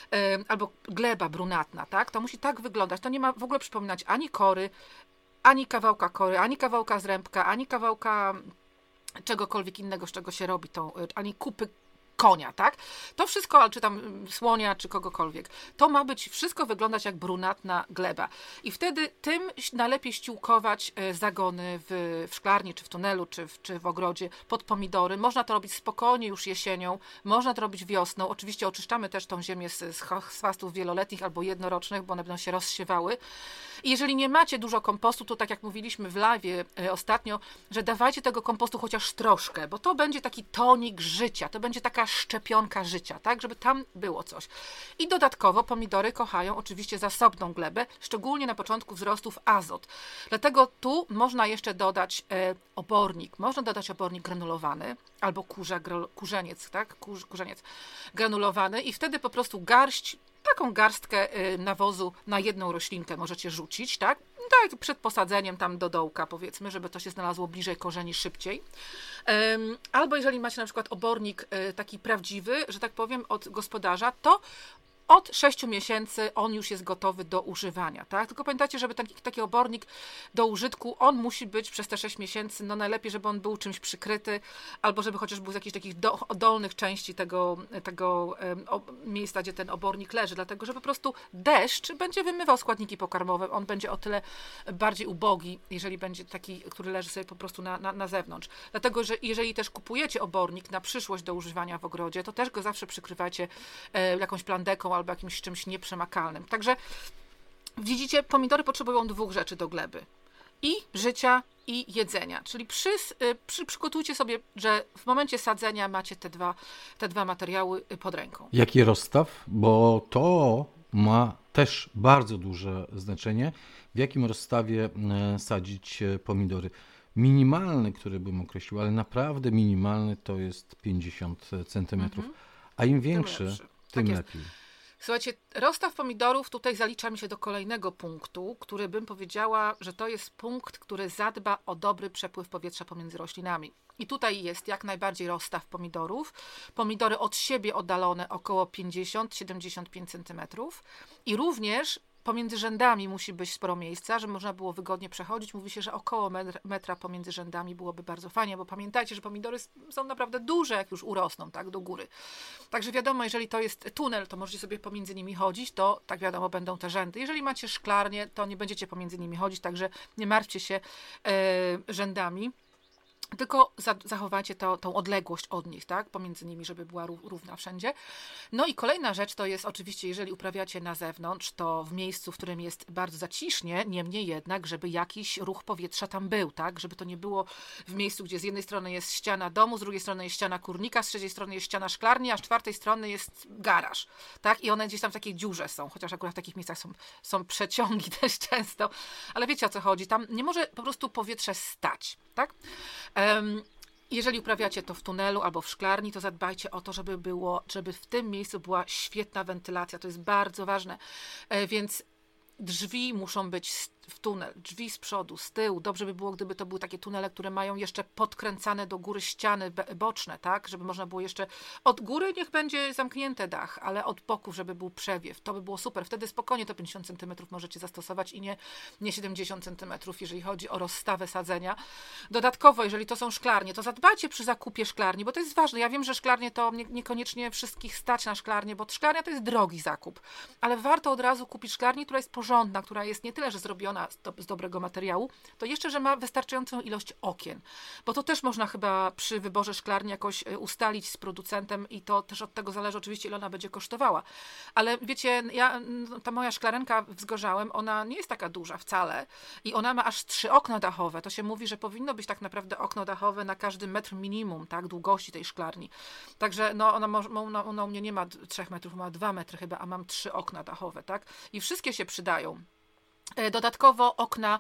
gleba brunatna, tak? To musi tak wyglądać. To nie ma w ogóle przypominać ani kory, ani kawałka zrębka, ani kawałka czegokolwiek innego, z czego się robi to, ani kupy konia, tak? To wszystko, czy tam słonia, czy kogokolwiek, to ma być wszystko wyglądać jak brunatna gleba. I wtedy tym najlepiej ściółkować zagony w szklarni, czy w tunelu, czy w ogrodzie pod pomidory. Można to robić spokojnie już jesienią, można to robić wiosną. Oczywiście oczyszczamy też tą ziemię z chwastów wieloletnich albo jednorocznych, bo one będą się rozsiewały. I jeżeli nie macie dużo kompostu, to tak jak mówiliśmy w live'ie ostatnio, że dawajcie tego kompostu chociaż troszkę, bo to będzie taki tonik życia, to będzie taka szczepionka życia, tak, żeby tam było coś. I dodatkowo pomidory kochają oczywiście zasobną glebę, szczególnie na początku wzrostów azot. Dlatego tu można jeszcze dodać obornik. Można dodać obornik granulowany albo kurzeniec, tak, kurzeniec granulowany i wtedy po prostu taką garstkę nawozu na jedną roślinkę możecie rzucić, tak? Tak, przed posadzeniem tam do dołka, powiedzmy, żeby to się znalazło bliżej korzeni szybciej. Albo jeżeli macie na przykład obornik taki prawdziwy, że tak powiem, od gospodarza, to od 6 miesięcy on już jest gotowy do używania, tak? Tylko pamiętajcie, żeby taki obornik do użytku, on musi być przez te 6 miesięcy, no najlepiej, żeby on był czymś przykryty, albo żeby chociaż był z jakichś takich dolnych części tego miejsca, gdzie ten obornik leży, dlatego, że po prostu deszcz będzie wymywał składniki pokarmowe, on będzie o tyle bardziej ubogi, jeżeli będzie taki, który leży sobie po prostu na zewnątrz. Dlatego, że jeżeli też kupujecie obornik na przyszłość do używania w ogrodzie, to też go zawsze przykrywajcie jakąś plandeką albo jakimś czymś nieprzemakalnym. Także widzicie, pomidory potrzebują 2 rzeczy do gleby. I życia, i jedzenia. Czyli przygotujcie sobie, że w momencie sadzenia macie te dwa materiały pod ręką. Jaki rozstaw? Bo to ma też bardzo duże znaczenie, w jakim rozstawie sadzić pomidory. Minimalny, który bym określił, ale naprawdę minimalny, to jest 50 cm. A im większy, tym lepiej. Słuchajcie, rozstaw pomidorów tutaj zalicza mi się do kolejnego punktu, który bym powiedziała, że to jest punkt, który zadba o dobry przepływ powietrza pomiędzy roślinami. I tutaj jest jak najbardziej rozstaw pomidorów. Pomidory od siebie oddalone około 50-75 cm. I również pomiędzy rzędami musi być sporo miejsca, żeby można było wygodnie przechodzić. Mówi się, że około metra pomiędzy rzędami byłoby bardzo fajnie, bo pamiętajcie, że pomidory są naprawdę duże, jak już urosną, tak, do góry. Także wiadomo, jeżeli to jest tunel, to możecie sobie pomiędzy nimi chodzić, to tak wiadomo, będą te rzędy. Jeżeli macie szklarnię, to nie będziecie pomiędzy nimi chodzić, także nie martwcie się rzędami. Tylko zachowajcie tą odległość od nich, tak, pomiędzy nimi, żeby była równa wszędzie. No i kolejna rzecz to jest oczywiście, jeżeli uprawiacie na zewnątrz, to w miejscu, w którym jest bardzo zacisznie, niemniej jednak, żeby jakiś ruch powietrza tam był, tak, żeby to nie było w miejscu, gdzie z jednej strony jest ściana domu, z drugiej strony jest ściana kurnika, z trzeciej strony jest ściana szklarni, a z czwartej strony jest garaż, tak, i one gdzieś tam w takiej dziurze są, chociaż akurat w takich miejscach są przeciągi też często, ale wiecie, o co chodzi, tam nie może po prostu powietrze stać, tak. Jeżeli uprawiacie to w tunelu albo w szklarni, to zadbajcie o to, żeby w tym miejscu była świetna wentylacja. To jest bardzo ważne. Więc drzwi muszą być w tunel, drzwi z przodu, z tyłu. Dobrze by było, gdyby to były takie tunele, które mają jeszcze podkręcane do góry ściany boczne, tak, żeby można było jeszcze od góry, niech będzie zamknięty dach, ale od boków, żeby był przewiew. To by było super. Wtedy spokojnie to 50 cm możecie zastosować i nie 70 cm, jeżeli chodzi o rozstawę sadzenia. Dodatkowo, jeżeli to są szklarnie, to zadbajcie przy zakupie szklarni, bo to jest ważne. Ja wiem, że szklarnie to niekoniecznie wszystkich stać na szklarnię, bo szklarnia to jest drogi zakup, ale warto od razu kupić szklarnię, która jest porządna, która jest nie tyle, że zrobiona zrobiona z dobrego materiału, to jeszcze, że ma wystarczającą ilość okien. Bo to też można chyba przy wyborze szklarni jakoś ustalić z producentem i to też od tego zależy oczywiście, ile ona będzie kosztowała. Ale wiecie, ta moja szklarenka w Zgorzałem, ona nie jest taka duża wcale i ona ma aż 3 okna dachowe. To się mówi, że powinno być tak naprawdę okno dachowe na każdy metr minimum, tak, długości tej szklarni. Także no, ona u mnie nie ma 3 metrów, ma 2 metry chyba, a mam 3 okna dachowe, tak? I wszystkie się przydają. Dodatkowo okna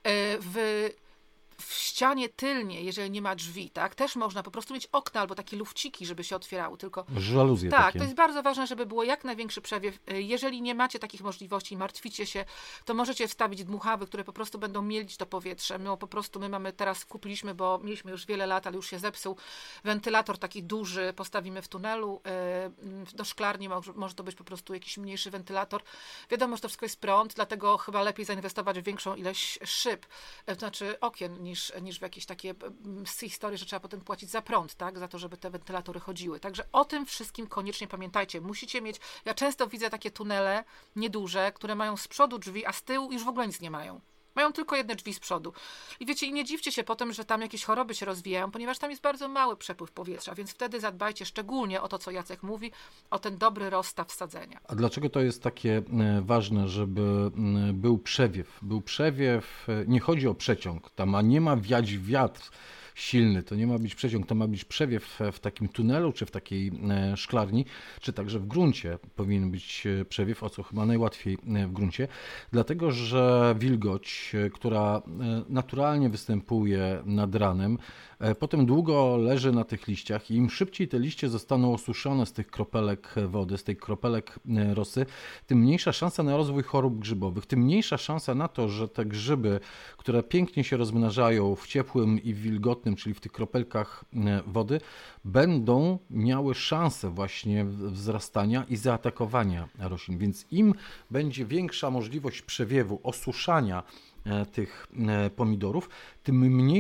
w ścianie tylnie, jeżeli nie ma drzwi, tak, też można po prostu mieć okna albo takie lufciki, żeby się otwierały, tylko... Żaluzje tak, takie. to jest bardzo ważne, żeby było jak największy przewiew. Jeżeli nie macie takich możliwości i martwicie się, to możecie wstawić dmuchawy, które po prostu będą mielić to powietrze. My mamy teraz, kupiliśmy, bo mieliśmy już wiele lat, ale już się zepsuł, wentylator taki duży, postawimy w tunelu. Do szklarni może to być po prostu jakiś mniejszy wentylator. Wiadomo, że to wszystko jest prąd, dlatego chyba lepiej zainwestować w większą ilość szyb, to znaczy okien, niż w jakieś takie historie, że trzeba potem płacić za prąd, tak? Za to, żeby te wentylatory chodziły. Także o tym wszystkim koniecznie pamiętajcie. Musicie mieć, ja często widzę takie tunele nieduże, które mają z przodu drzwi, a z tyłu już w ogóle nic nie mają. Mają tylko jedne drzwi z przodu. I wiecie, i nie dziwcie się potem, że tam jakieś choroby się rozwijają, ponieważ tam jest bardzo mały przepływ powietrza, więc wtedy zadbajcie szczególnie o to, co Jacek mówi, o ten dobry rozstaw sadzenia. A dlaczego to jest takie ważne, żeby był przewiew? Był przewiew, nie chodzi o przeciąg, tam nie ma wiać wiatr silny, to nie ma być przeciąg, to ma być przewiew w takim tunelu, czy w takiej szklarni, czy także w gruncie powinien być przewiew, o co chyba najłatwiej w gruncie, dlatego że wilgoć, która naturalnie występuje nad ranem, potem długo leży na tych liściach i im szybciej te liście zostaną osuszone z tych kropelek wody, z tych kropelek rosy, tym mniejsza szansa na rozwój chorób grzybowych, tym mniejsza szansa na to, że te grzyby, które pięknie się rozmnażają w ciepłym i w wilgotnym, czyli w tych kropelkach wody, będą miały szansę właśnie wzrastania i zaatakowania roślin. Więc im będzie większa możliwość przewiewu, osuszania tych pomidorów, tym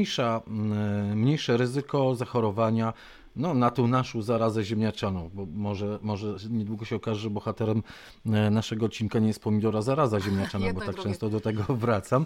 mniejsze ryzyko zachorowania na tą naszą zarazę ziemniaczaną, bo może niedługo się okaże, że bohaterem naszego odcinka nie jest pomidora zaraza ziemniaczana, bo tak często do tego wracam,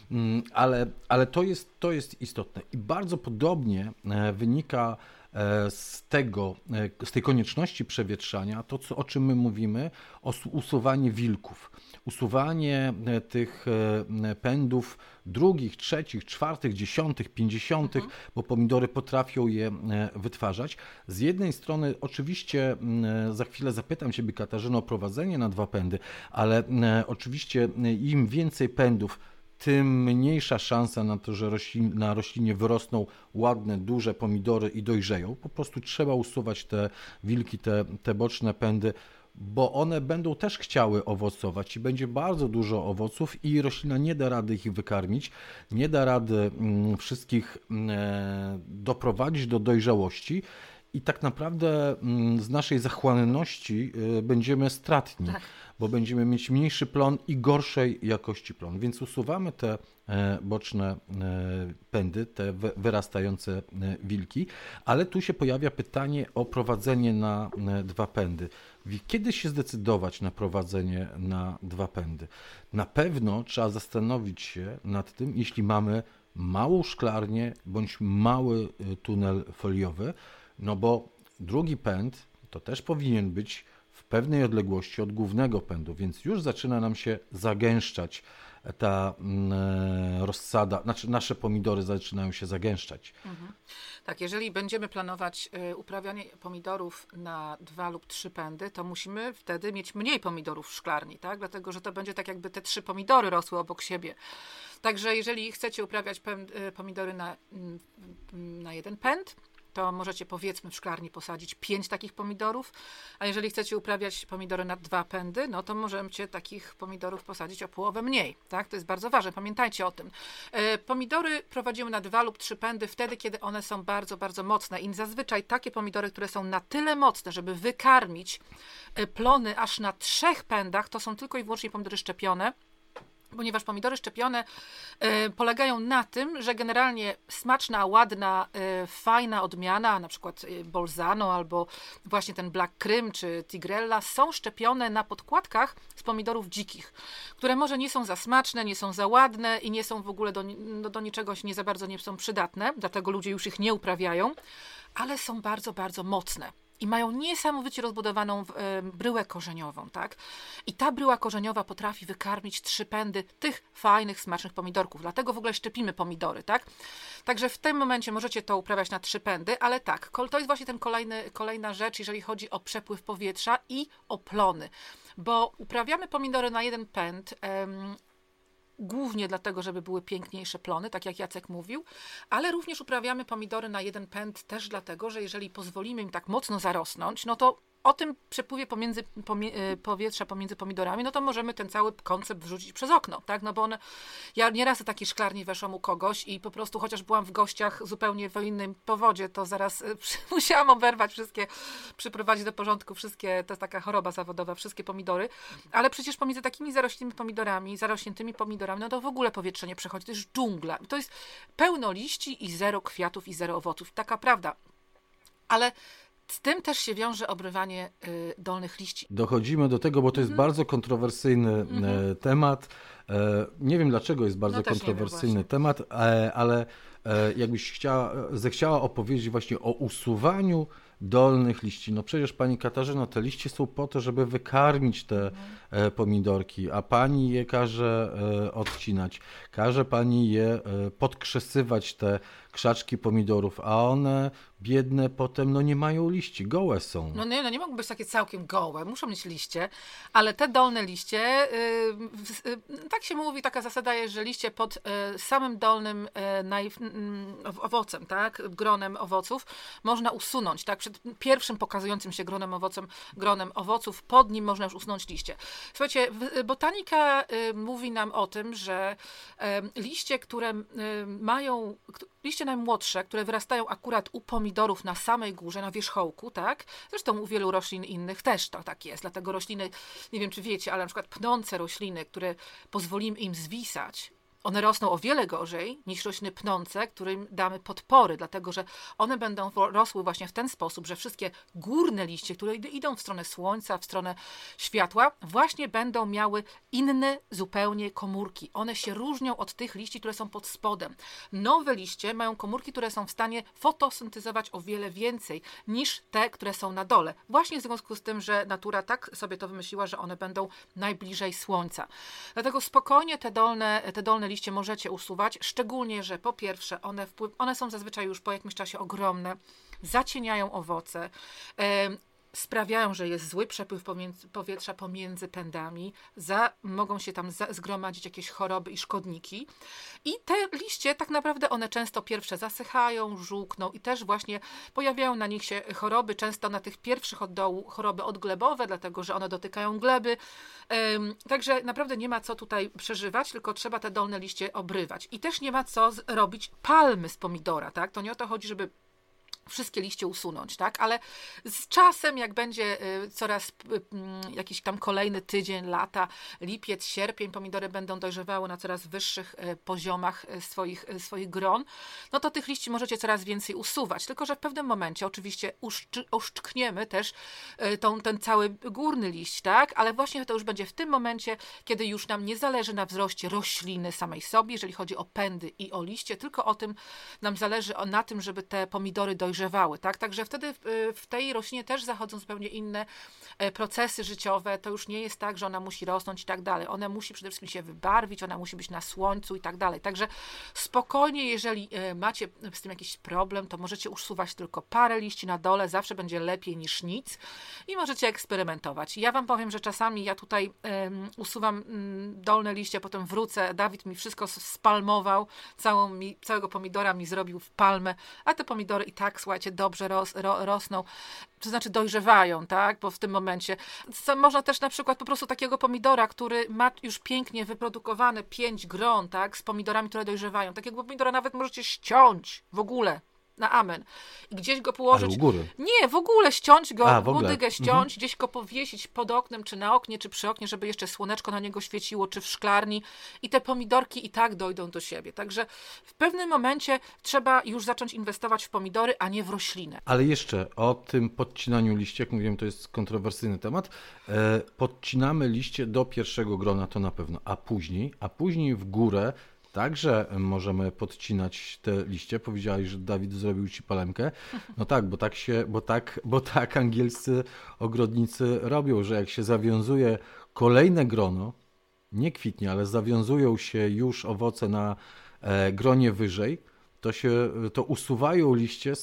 ale to jest istotne i bardzo podobnie wynika z tej konieczności przewietrzania, o czym my mówimy, usuwanie wilków. Usuwanie tych pędów drugich, trzecich, czwartych, 10., 50., bo pomidory potrafią je wytwarzać. Z jednej strony oczywiście za chwilę zapytam Ciebie, Katarzyno, o prowadzenie na 2 pędy, ale oczywiście im więcej pędów, tym mniejsza szansa na to, że na roślinie wyrosną ładne, duże pomidory i dojrzeją. Po prostu trzeba usuwać te wilki, te boczne pędy, bo one będą też chciały owocować i będzie bardzo dużo owoców i roślina nie da rady ich wykarmić, nie da rady wszystkich doprowadzić do dojrzałości i tak naprawdę z naszej zachłanności będziemy stratni, tak, bo będziemy mieć mniejszy plon i gorszej jakości plon. Więc usuwamy te boczne pędy, te wyrastające wilki, ale tu się pojawia pytanie o prowadzenie na 2 pędy. Kiedy się zdecydować na prowadzenie na 2 pędy? Na pewno trzeba zastanowić się nad tym, jeśli mamy małą szklarnię bądź mały tunel foliowy, bo drugi pęd to też powinien być w pewnej odległości od głównego pędu, więc już zaczyna nam się zagęszczać ta rozsada, znaczy nasze pomidory zaczynają się zagęszczać. Tak, jeżeli będziemy planować uprawianie pomidorów na 2 lub 3 pędy, to musimy wtedy mieć mniej pomidorów w szklarni, tak? Dlatego, że to będzie tak jakby te 3 pomidory rosły obok siebie. Także jeżeli chcecie uprawiać pomidory na 1 pęd, to możecie powiedzmy w szklarni posadzić 5 takich pomidorów, a jeżeli chcecie uprawiać pomidory na 2 pędy, to możecie takich pomidorów posadzić o połowę mniej, tak? To jest bardzo ważne, pamiętajcie o tym. Pomidory prowadzimy na 2 lub 3 pędy wtedy, kiedy one są bardzo, bardzo mocne i zazwyczaj takie pomidory, które są na tyle mocne, żeby wykarmić plony aż na 3 pędach, to są tylko i wyłącznie pomidory szczepione. ponieważ pomidory szczepione polegają na tym, że generalnie smaczna, ładna, fajna odmiana, na przykład Bolzano albo właśnie ten Black Crym czy Tigrella są szczepione na podkładkach z pomidorów dzikich, które może nie są za smaczne, nie są za ładne i nie są w ogóle do niczego nie za bardzo nie są przydatne, dlatego ludzie już ich nie uprawiają, ale są bardzo, bardzo mocne. I mają niesamowicie rozbudowaną bryłę korzeniową, tak? I ta bryła korzeniowa potrafi wykarmić 3 pędy tych fajnych, smacznych pomidorków. Dlatego w ogóle szczepimy pomidory, tak? Także w tym momencie możecie to uprawiać na 3 pędy, ale tak, to jest właśnie kolejna rzecz, jeżeli chodzi o przepływ powietrza i o plony. Bo uprawiamy pomidory na 1 pęd, głównie dlatego, żeby były piękniejsze plony, tak jak Jacek mówił, ale również uprawiamy pomidory na 1 pęd też dlatego, że jeżeli pozwolimy im tak mocno zarosnąć, no to o tym przepływie powietrza pomiędzy pomidorami, no to możemy ten cały koncept wrzucić przez okno, tak? No bo ja nieraz do takiej szklarni weszłam u kogoś i po prostu, chociaż byłam w gościach zupełnie w innym powodzie, to zaraz musiałam oberwać wszystkie, przyprowadzić do porządku wszystkie, to jest taka choroba zawodowa, wszystkie pomidory, ale przecież pomiędzy takimi zarośniętymi pomidorami, no to w ogóle powietrze nie przechodzi, to jest dżungla. To jest pełno liści i 0 kwiatów i 0 owoców. Taka prawda. Ale z tym też się wiąże obrywanie dolnych liści. Dochodzimy do tego, bo to jest bardzo kontrowersyjny temat. Nie wiem, dlaczego jest bardzo kontrowersyjny temat, ale jakbyś zechciała opowiedzieć właśnie o usuwaniu dolnych liści. No przecież pani Katarzyno, te liście są po to, żeby wykarmić te pomidorki, a pani je każe odcinać. Każe pani je podkrzesywać, te krzaczki pomidorów, a one biedne potem nie mają liści, gołe są. Nie mogą być takie całkiem gołe, muszą mieć liście, ale te dolne liście, tak się mówi, taka zasada jest, że liście pod samym dolnym owocem, tak, gronem owoców można usunąć, tak, przed pierwszym pokazującym się gronem owoców, pod nim można już usunąć liście. Słuchajcie, botanika mówi nam o tym, że liście, które mają, liście najmłodsze, które wyrastają akurat u pomidorów na samej górze, na wierzchołku, tak? Zresztą u wielu roślin innych też to tak jest. Dlatego rośliny, nie wiem czy wiecie, ale na przykład pnące rośliny, które pozwolimy im zwisać, one rosną o wiele gorzej niż rośliny pnące, którym damy podpory, dlatego że one będą rosły właśnie w ten sposób, że wszystkie górne liście, które idą w stronę słońca, w stronę światła, właśnie będą miały inne zupełnie komórki. One się różnią od tych liści, które są pod spodem. Nowe liście mają komórki, które są w stanie fotosyntezować o wiele więcej niż te, które są na dole. Właśnie w związku z tym, że natura tak sobie to wymyśliła, że one będą najbliżej słońca. Dlatego spokojnie te dolne liście możecie usuwać, szczególnie, że po pierwsze one są zazwyczaj już po jakimś czasie ogromne, zacieniają owoce, sprawiają, że jest zły przepływ powietrza pomiędzy pędami, mogą się tam zgromadzić jakieś choroby i szkodniki. I te liście, tak naprawdę one często pierwsze zasychają, żółkną i też właśnie pojawiają na nich się choroby, często na tych pierwszych od dołu choroby odglebowe, dlatego że one dotykają gleby. Także naprawdę nie ma co tutaj przeżywać, tylko trzeba te dolne liście obrywać. I też nie ma co robić palmy z pomidora, tak? To nie o to chodzi, żeby wszystkie liście usunąć, tak? Ale z czasem, jak będzie coraz jakiś tam kolejny tydzień, lata, lipiec, sierpień, pomidory będą dojrzewały na coraz wyższych poziomach swoich gron, no to tych liści możecie coraz więcej usuwać. Tylko że w pewnym momencie oczywiście uszczkniemy też ten cały górny liść, tak? Ale właśnie to już będzie w tym momencie, kiedy już nam nie zależy na wzroście rośliny samej sobie, jeżeli chodzi o pędy i o liście, tylko o tym nam zależy na tym, żeby te pomidory dojrzewały, tak? Także wtedy w tej roślinie też zachodzą zupełnie inne procesy życiowe. To już nie jest tak, że ona musi rosnąć i tak dalej. Ona musi przede wszystkim się wybarwić, ona musi być na słońcu i tak dalej. Także spokojnie, jeżeli macie z tym jakiś problem, to możecie usuwać tylko parę liści na dole, zawsze będzie lepiej niż nic i możecie eksperymentować. Ja wam powiem, że czasami ja tutaj usuwam dolne liście, potem wrócę, Dawid mi wszystko spalmował, całego pomidora mi zrobił w palmę, a te pomidory i tak, słuchajcie, dobrze rosną, to znaczy dojrzewają, tak, bo w tym momencie można też na przykład po prostu takiego pomidora, który ma już pięknie wyprodukowane 5 gron, tak, z pomidorami, które dojrzewają. Takiego pomidora nawet możecie ściąć w ogóle. na amen. I gdzieś go położyć. Ale u góry. Nie, w ogóle ściąć go, w ogóle. łodygę ściąć, gdzieś go powiesić pod oknem, czy na oknie, czy przy oknie, żeby jeszcze słoneczko na niego świeciło, czy w szklarni. I te pomidorki i tak dojdą do siebie. Także w pewnym momencie trzeba już zacząć inwestować w pomidory, a nie w roślinę. Ale jeszcze o tym podcinaniu liści, jak mówiłem, to jest kontrowersyjny temat. Podcinamy liście do pierwszego grona, to na pewno, a później w górę także możemy podcinać te liście. Powiedziałeś, że Dawid zrobił ci palemkę. No tak, bo tak angielscy ogrodnicy robią, że jak się zawiązuje kolejne grono, nie kwitnie, ale zawiązują się już owoce na gronie wyżej, to usuwają liście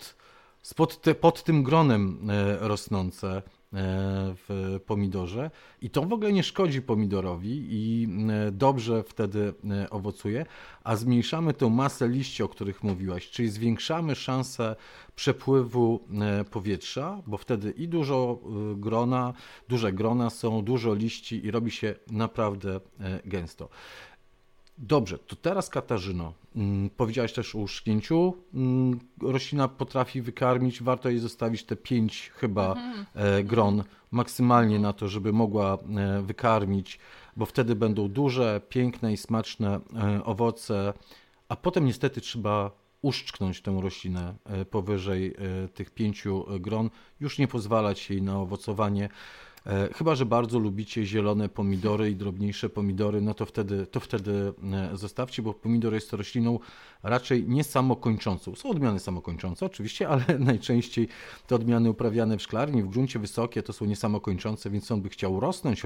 pod tym gronem rosnące w pomidorze i to w ogóle nie szkodzi pomidorowi i dobrze wtedy owocuje, a zmniejszamy tę masę liści, o których mówiłaś, czyli zwiększamy szansę przepływu powietrza, bo wtedy i duże grona są, dużo liści i robi się naprawdę gęsto. Dobrze, to teraz Katarzyno, powiedziałaś też o uschnięciu. Roślina potrafi wykarmić, warto jej zostawić te 5 chyba gron maksymalnie na to, żeby mogła wykarmić, bo wtedy będą duże, piękne i smaczne owoce, a potem niestety trzeba uszczknąć tę roślinę powyżej tych 5 gron, już nie pozwalać jej na owocowanie. Chyba że bardzo lubicie zielone pomidory i drobniejsze pomidory, no to wtedy zostawcie, bo pomidor jest rośliną raczej nie samokończącą. Są odmiany samokończące oczywiście, ale najczęściej te odmiany uprawiane w szklarni, w gruncie wysokie to są niesamokończące, więc on by chciał rosnąć,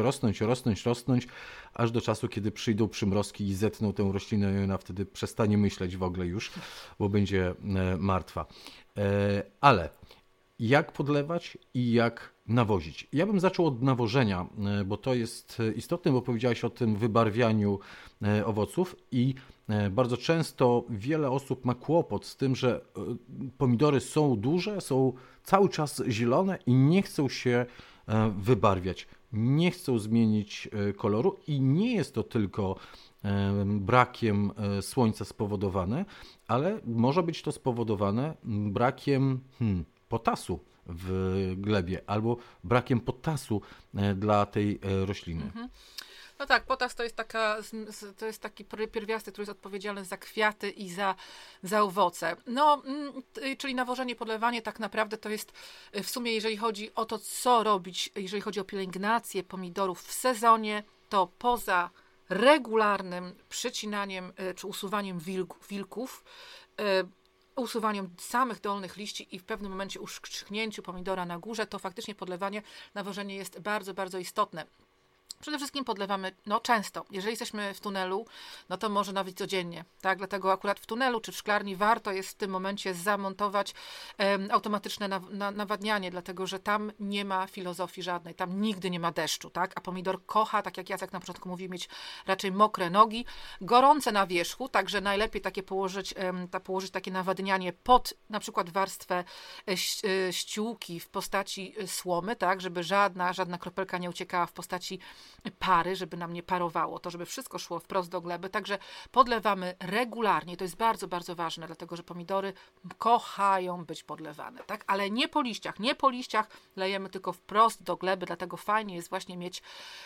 aż do czasu, kiedy przyjdą przymrozki i zetną tę roślinę i ona wtedy przestanie myśleć w ogóle już, bo będzie martwa. Ale jak podlewać i jak nawozić? Ja bym zaczął od nawożenia, bo to jest istotne, bo powiedziałeś o tym wybarwianiu owoców i bardzo często wiele osób ma kłopot z tym, że pomidory są duże, są cały czas zielone i nie chcą się wybarwiać, nie chcą zmienić koloru i nie jest to tylko brakiem słońca spowodowane, ale może być to spowodowane brakiem potasu w glebie albo brakiem potasu dla tej rośliny. No tak, potas to jest taki pierwiastek, który jest odpowiedzialny za kwiaty i za owoce. No, czyli nawożenie, podlewanie tak naprawdę to jest w sumie, jeżeli chodzi o to, co robić, jeżeli chodzi o pielęgnację pomidorów w sezonie, to poza regularnym przycinaniem czy usuwaniem wilków, usuwaniem samych dolnych liści i w pewnym momencie uschnięciu pomidora na górze, to faktycznie podlewanie, nawożenie jest bardzo, bardzo istotne. Przede wszystkim podlewamy często. Jeżeli jesteśmy w tunelu, no to może nawet codziennie. Tak? Dlatego akurat w tunelu czy w szklarni warto jest w tym momencie zamontować automatyczne nawadnianie, dlatego że tam nie ma filozofii żadnej. Tam nigdy nie ma deszczu. Tak? A pomidor kocha, tak jak Jacek na początku mówił, mieć raczej mokre nogi, gorące na wierzchu, także najlepiej położyć takie nawadnianie pod na przykład warstwę ściółki w postaci słomy, tak? Żeby żadna kropelka nie uciekała w postaci pary, żeby nam nie parowało, to żeby wszystko szło wprost do gleby, także podlewamy regularnie, to jest bardzo, bardzo ważne, dlatego że pomidory kochają być podlewane, tak? Ale nie po liściach lejemy tylko wprost do gleby, dlatego fajnie jest właśnie mieć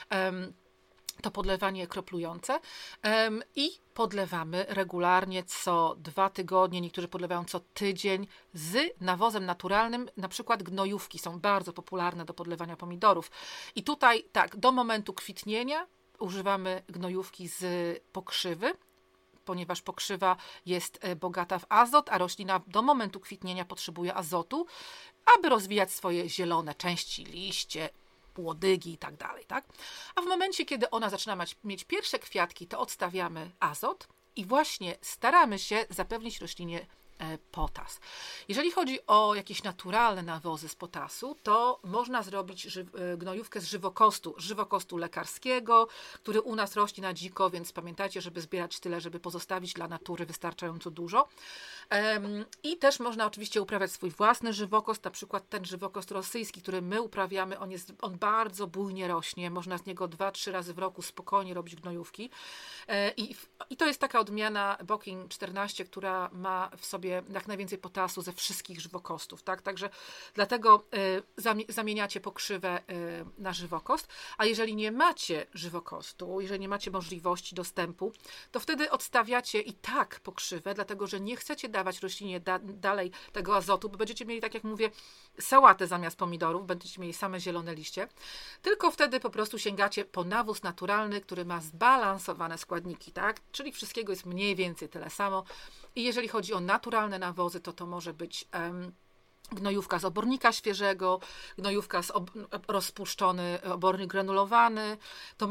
to podlewanie kroplujące i podlewamy regularnie co 2 tygodnie, niektórzy podlewają co tydzień z nawozem naturalnym, na przykład gnojówki są bardzo popularne do podlewania pomidorów i tutaj tak, do momentu kwitnienia używamy gnojówki z pokrzywy, ponieważ pokrzywa jest bogata w azot, a roślina do momentu kwitnienia potrzebuje azotu, aby rozwijać swoje zielone części, liście, łodygi i tak dalej, tak? A w momencie, kiedy ona zaczyna mieć pierwsze kwiatki, to odstawiamy azot i właśnie staramy się zapewnić roślinie potas. Jeżeli chodzi o jakieś naturalne nawozy z potasu, to można zrobić gnojówkę z żywokostu lekarskiego, który u nas rośnie na dziko, więc pamiętajcie, żeby zbierać tyle, żeby pozostawić dla natury wystarczająco dużo. I też można oczywiście uprawiać swój własny żywokost, na przykład ten żywokost rosyjski, który my uprawiamy, on bardzo bujnie rośnie, można z niego 2-3 razy w roku spokojnie robić gnojówki. I to jest taka odmiana Boking 14, która ma w sobie jak najwięcej potasu ze wszystkich żywokostów, tak? Także dlatego zamieniacie pokrzywę na żywokost, a jeżeli nie macie żywokostu, jeżeli nie macie możliwości dostępu, to wtedy odstawiacie i tak pokrzywę, dlatego że nie chcecie dawać roślinie dalej tego azotu, bo będziecie mieli, tak jak mówię, sałatę zamiast pomidorów, będziecie mieli same zielone liście, tylko wtedy po prostu sięgacie po nawóz naturalny, który ma zbalansowane składniki, tak? Czyli wszystkiego jest mniej więcej tyle samo. I jeżeli chodzi o naturalne nawozy, to może być gnojówka z obornika świeżego, gnojówka z rozpuszczony obornik granulowany, to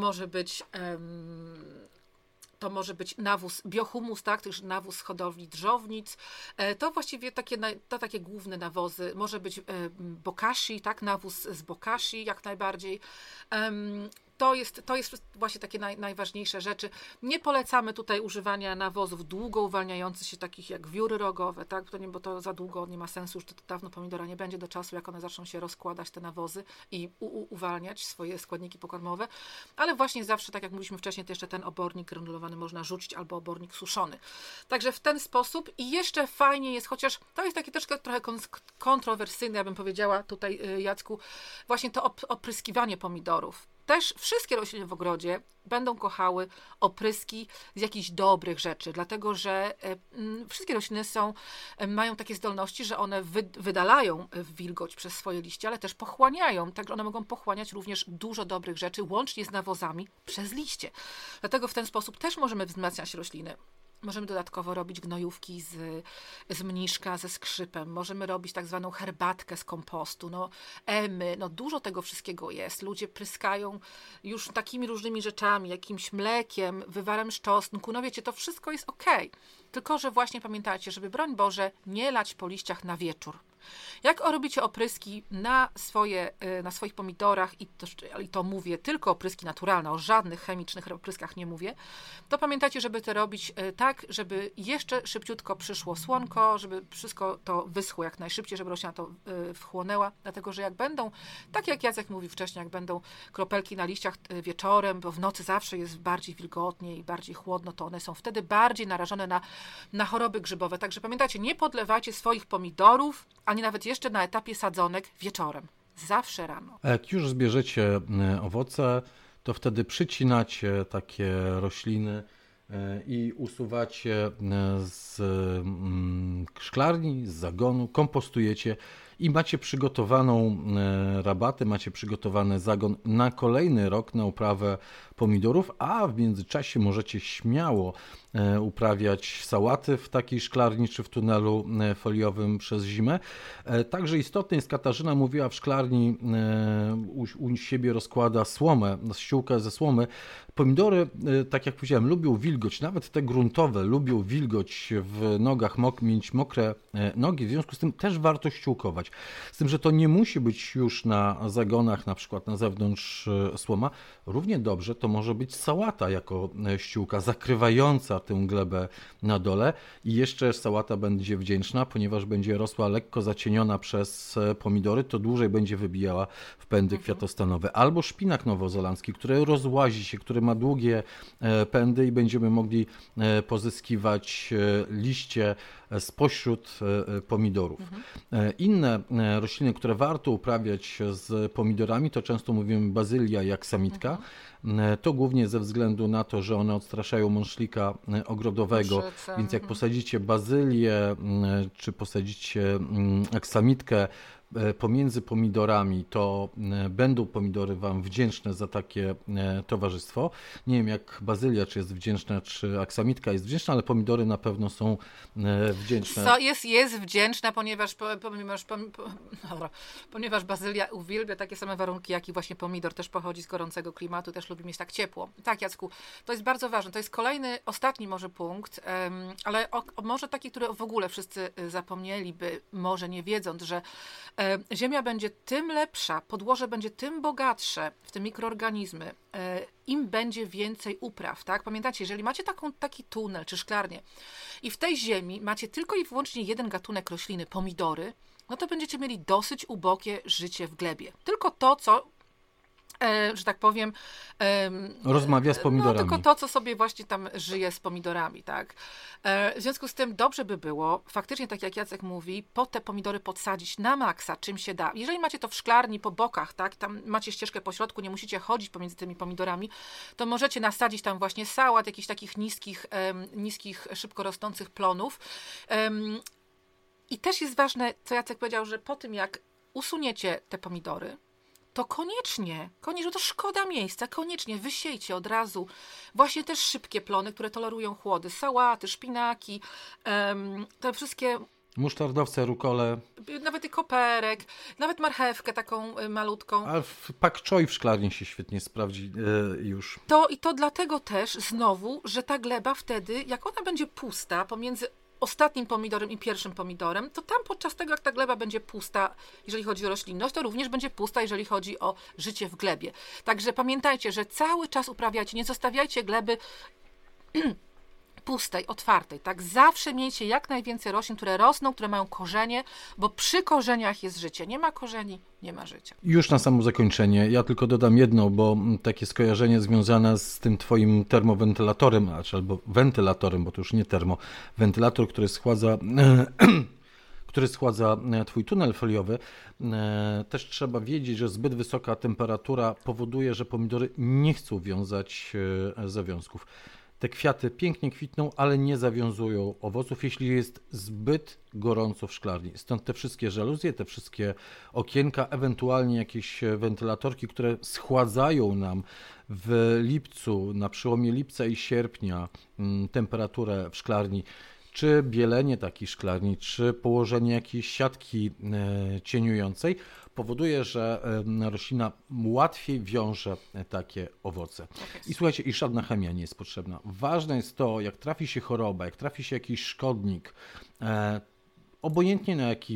może być nawóz biohumus, tak, też nawóz z hodowli drżownic. To właściwie takie główne nawozy. Może być bokashi, tak, nawóz z bokashi jak najbardziej. To jest właśnie takie najważniejsze rzeczy. Nie polecamy tutaj używania nawozów długo uwalniających się, takich jak wióry rogowe, tak? Bo to za długo nie ma sensu, już to dawno pomidora nie będzie do czasu, jak one zaczną się rozkładać, te nawozy i uwalniać swoje składniki pokarmowe. Ale właśnie zawsze, tak jak mówiliśmy wcześniej, to jeszcze ten obornik granulowany można rzucić albo obornik suszony. Także w ten sposób i jeszcze fajnie jest, chociaż to jest takie trochę kontrowersyjne, ja bym powiedziała tutaj, Jacku, właśnie to opryskiwanie pomidorów. Też wszystkie rośliny w ogrodzie będą kochały opryski z jakichś dobrych rzeczy, dlatego że wszystkie rośliny mają takie zdolności, że one wydalają wilgoć przez swoje liście, ale też pochłaniają, także one mogą pochłaniać również dużo dobrych rzeczy, łącznie z nawozami przez liście. Dlatego w ten sposób też możemy wzmacniać rośliny. Możemy dodatkowo robić gnojówki z mniszka, ze skrzypem. Możemy robić tak zwaną herbatkę z kompostu, dużo tego wszystkiego jest. Ludzie pryskają już takimi różnymi rzeczami, jakimś mlekiem, wywarem z czosnku. No wiecie, to wszystko jest okej. Tylko że właśnie pamiętajcie, żeby broń Boże nie lać po liściach na wieczór. Jak robicie opryski na swoich pomidorach, i to mówię tylko opryski naturalne, o żadnych chemicznych opryskach nie mówię, to pamiętajcie, żeby to robić tak, żeby jeszcze szybciutko przyszło słonko, żeby wszystko to wyschło jak najszybciej, żeby roślina to wchłonęła, dlatego że jak będą, tak jak Jacek mówił wcześniej, jak będą kropelki na liściach wieczorem, bo w nocy zawsze jest bardziej wilgotnie i bardziej chłodno, to one są wtedy bardziej narażone na choroby grzybowe. Także pamiętajcie, nie podlewajcie swoich pomidorów, ani nawet jeszcze na etapie sadzonek wieczorem. Zawsze rano. A jak już zbierzecie owoce, to wtedy przycinacie takie rośliny i usuwacie z szklarni, z zagonu, kompostujecie i macie przygotowaną rabatę, macie przygotowany zagon na kolejny rok na uprawę pomidorów, a w międzyczasie możecie śmiało uprawiać sałaty w takiej szklarni czy w tunelu foliowym przez zimę. Także istotne jest, Katarzyna mówiła, w szklarni u siebie rozkłada słomę, ściółkę ze słomy. Pomidory, tak jak powiedziałem, lubią wilgoć, nawet te gruntowe lubią wilgoć w nogach, mieć mokre nogi, w związku z tym też warto ściółkować. Z tym, że to nie musi być już na zagonach, na przykład na zewnątrz słoma. Równie dobrze to może być sałata jako ściółka zakrywająca tę glebę na dole i jeszcze sałata będzie wdzięczna, ponieważ będzie rosła lekko zacieniona przez pomidory, to dłużej będzie wybijała w pędy kwiatostanowe. Albo szpinak nowozelandzki, który rozłazi się, który ma długie pędy i będziemy mogli pozyskiwać liście spośród pomidorów. Inne rośliny, które warto uprawiać z pomidorami, to często mówimy bazylia i aksamitka. To głównie ze względu na to, że one odstraszają mączlika ogrodowego, więc jak posadzicie bazylię czy posadzicie aksamitkę pomiędzy pomidorami, to będą pomidory Wam wdzięczne za takie towarzystwo. Nie wiem, jak bazylia, czy jest wdzięczna, czy aksamitka jest wdzięczna, ale pomidory na pewno są wdzięczne. Jest wdzięczna, ponieważ bazylia uwielbia takie same warunki, jak i właśnie pomidor. Też pochodzi z gorącego klimatu, też też lubi mieć tak ciepło. Tak, Jacku, to jest bardzo ważne. To jest kolejny, ostatni może punkt, ale może taki, który w ogóle wszyscy zapomnieliby, może nie wiedząc, że ziemia będzie tym lepsza, podłoże będzie tym bogatsze w te mikroorganizmy, im będzie więcej upraw, tak? Pamiętacie, jeżeli macie taki tunel czy szklarnię i w tej ziemi macie tylko i wyłącznie jeden gatunek rośliny, pomidory, no to będziecie mieli dosyć ubogie życie w glebie. Tylko to, co że tak powiem... rozmawia z pomidorami. No, tylko to, co sobie właśnie tam żyje z pomidorami, tak. W związku z tym dobrze by było, faktycznie tak jak Jacek mówi, po te pomidory podsadzić na maksa, czym się da. Jeżeli macie to w szklarni, po bokach, tak, tam macie ścieżkę po środku, nie musicie chodzić pomiędzy tymi pomidorami, to możecie nasadzić tam właśnie sałat, jakichś takich niskich, szybko rosnących plonów. I też jest ważne, co Jacek powiedział, że po tym, jak usuniecie te pomidory, to koniecznie, to szkoda miejsca, koniecznie wysiejcie od razu właśnie też szybkie plony, które tolerują chłody, sałaty, szpinaki, te wszystkie... Musztardowce, rukole. Nawet i koperek, nawet marchewkę taką malutką. A pak choi w szklarni się świetnie sprawdzi już. To dlatego też znowu, że ta gleba wtedy, jak ona będzie pusta pomiędzy ostatnim pomidorem i pierwszym pomidorem, to tam podczas tego, jak ta gleba będzie pusta, jeżeli chodzi o roślinność, to również będzie pusta, jeżeli chodzi o życie w glebie. Także pamiętajcie, że cały czas uprawiajcie, nie zostawiajcie gleby pustej, otwartej, tak? Zawsze miejcie jak najwięcej roślin, które rosną, które mają korzenie, bo przy korzeniach jest życie. Nie ma korzeni, nie ma życia. Już na samo zakończenie, ja tylko dodam jedno, bo takie skojarzenie związane z tym twoim termowentylatorem, albo wentylatorem, bo to już nie wentylator, który schładza twój tunel foliowy. Też trzeba wiedzieć, że zbyt wysoka temperatura powoduje, że pomidory nie chcą wiązać zawiązków. Te kwiaty pięknie kwitną, ale nie zawiązują owoców, jeśli jest zbyt gorąco w szklarni. Stąd te wszystkie żaluzje, te wszystkie okienka, ewentualnie jakieś wentylatorki, które schładzają nam w lipcu, na przełomie lipca i sierpnia temperaturę w szklarni, czy bielenie takiej szklarni, czy położenie jakiejś siatki cieniującej, powoduje, że roślina łatwiej wiąże takie owoce. I słuchajcie, i żadna chemia nie jest potrzebna. Ważne jest to, jak trafi się choroba, jak trafi się jakiś szkodnik, obojętnie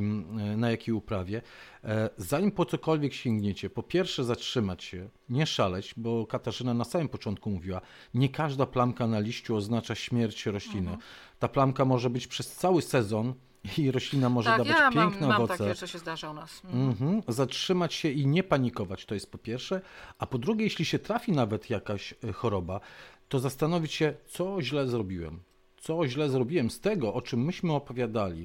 na jakiej uprawie, zanim po cokolwiek sięgniecie, po pierwsze zatrzymać się, nie szaleć, bo Katarzyna na samym początku mówiła, nie każda plamka na liściu oznacza śmierć rośliny. Ta plamka może być przez cały sezon i roślina może dawać piękne owoce. Mam takie, co się zdarza u nas. Zatrzymać się i nie panikować, to jest po pierwsze, a po drugie, jeśli się trafi nawet jakaś choroba, to zastanowić się, co źle zrobiłem. Co źle zrobiłem z tego, o czym myśmy opowiadali,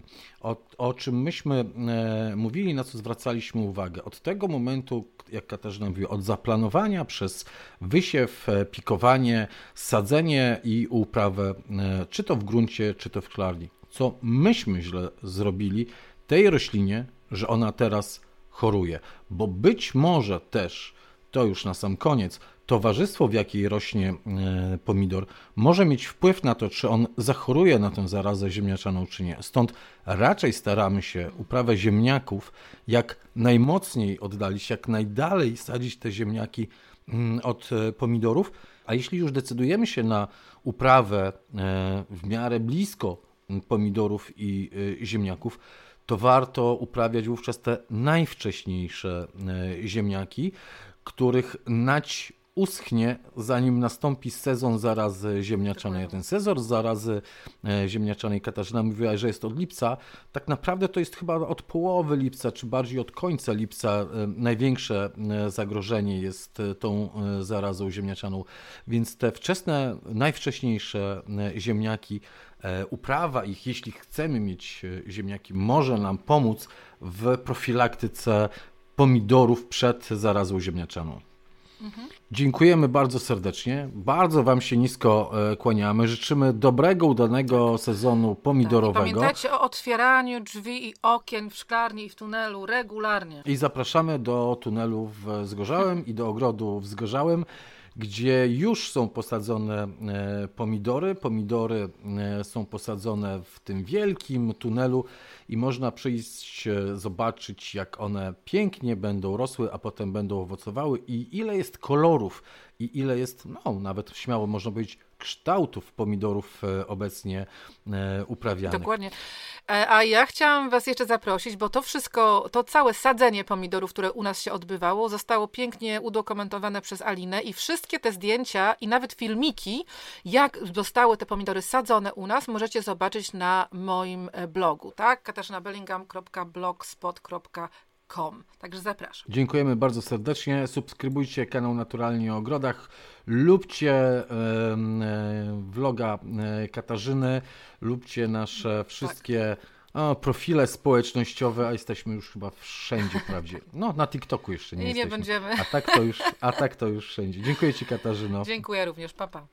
o czym myśmy mówili, na co zwracaliśmy uwagę. Od tego momentu, jak Katarzyna mówiła, od zaplanowania przez wysiew, pikowanie, sadzenie i uprawę, czy to w gruncie, czy to w szklarni. Co myśmy źle zrobili tej roślinie, że ona teraz choruje. Bo być może też, to już na sam koniec, towarzystwo, w jakiej rośnie pomidor, może mieć wpływ na to, czy on zachoruje na tę zarazę ziemniaczaną, czy nie. Stąd raczej staramy się uprawę ziemniaków jak najmocniej oddalić, jak najdalej sadzić te ziemniaki od pomidorów, a jeśli już decydujemy się na uprawę w miarę blisko pomidorów i ziemniaków, to warto uprawiać wówczas te najwcześniejsze ziemniaki, których nać uschnie, zanim nastąpi sezon zarazy ziemniaczanej. Ten sezon zarazy ziemniaczanej, Katarzyna mówiła, że jest od lipca. Tak naprawdę to jest chyba od połowy lipca, czy bardziej od końca lipca największe zagrożenie jest tą zarazą ziemniaczaną. Więc te wczesne, najwcześniejsze ziemniaki, uprawa ich, jeśli chcemy mieć ziemniaki, może nam pomóc w profilaktyce pomidorów przed zarazą ziemniaczaną. Dziękujemy bardzo serdecznie, bardzo Wam się nisko kłaniamy, życzymy dobrego, udanego sezonu pomidorowego. Tak, pamiętajcie o otwieraniu drzwi i okien w szklarni i w tunelu regularnie. I zapraszamy do tunelu w Zgorzałem i do ogrodu w Zgorzałem. gdzie już są posadzone pomidory. Pomidory są posadzone w tym wielkim tunelu i można przyjść, zobaczyć, jak one pięknie będą rosły, a potem będą owocowały i ile jest kolorów i ile jest, no nawet śmiało można powiedzieć, kształtów pomidorów obecnie uprawianych. Dokładnie. A ja chciałam Was jeszcze zaprosić, bo to wszystko, to całe sadzenie pomidorów, które u nas się odbywało, zostało pięknie udokumentowane przez Alinę i wszystkie te zdjęcia i nawet filmiki, jak zostały te pomidory sadzone u nas, możecie zobaczyć na moim blogu, tak? katarzynabellingham.blogspot.com. Także zapraszam. Dziękujemy bardzo serdecznie. Subskrybujcie kanał Naturalnie o Ogrodach. Lubcie vloga Katarzyny. Lubcie nasze wszystkie profile społecznościowe, a jesteśmy już chyba wszędzie wprawdzie. No, na TikToku jeszcze nie jesteśmy. Nie będziemy. A tak to już wszędzie. Dziękuję Ci, Katarzyno. Dziękuję również. Pa, pa.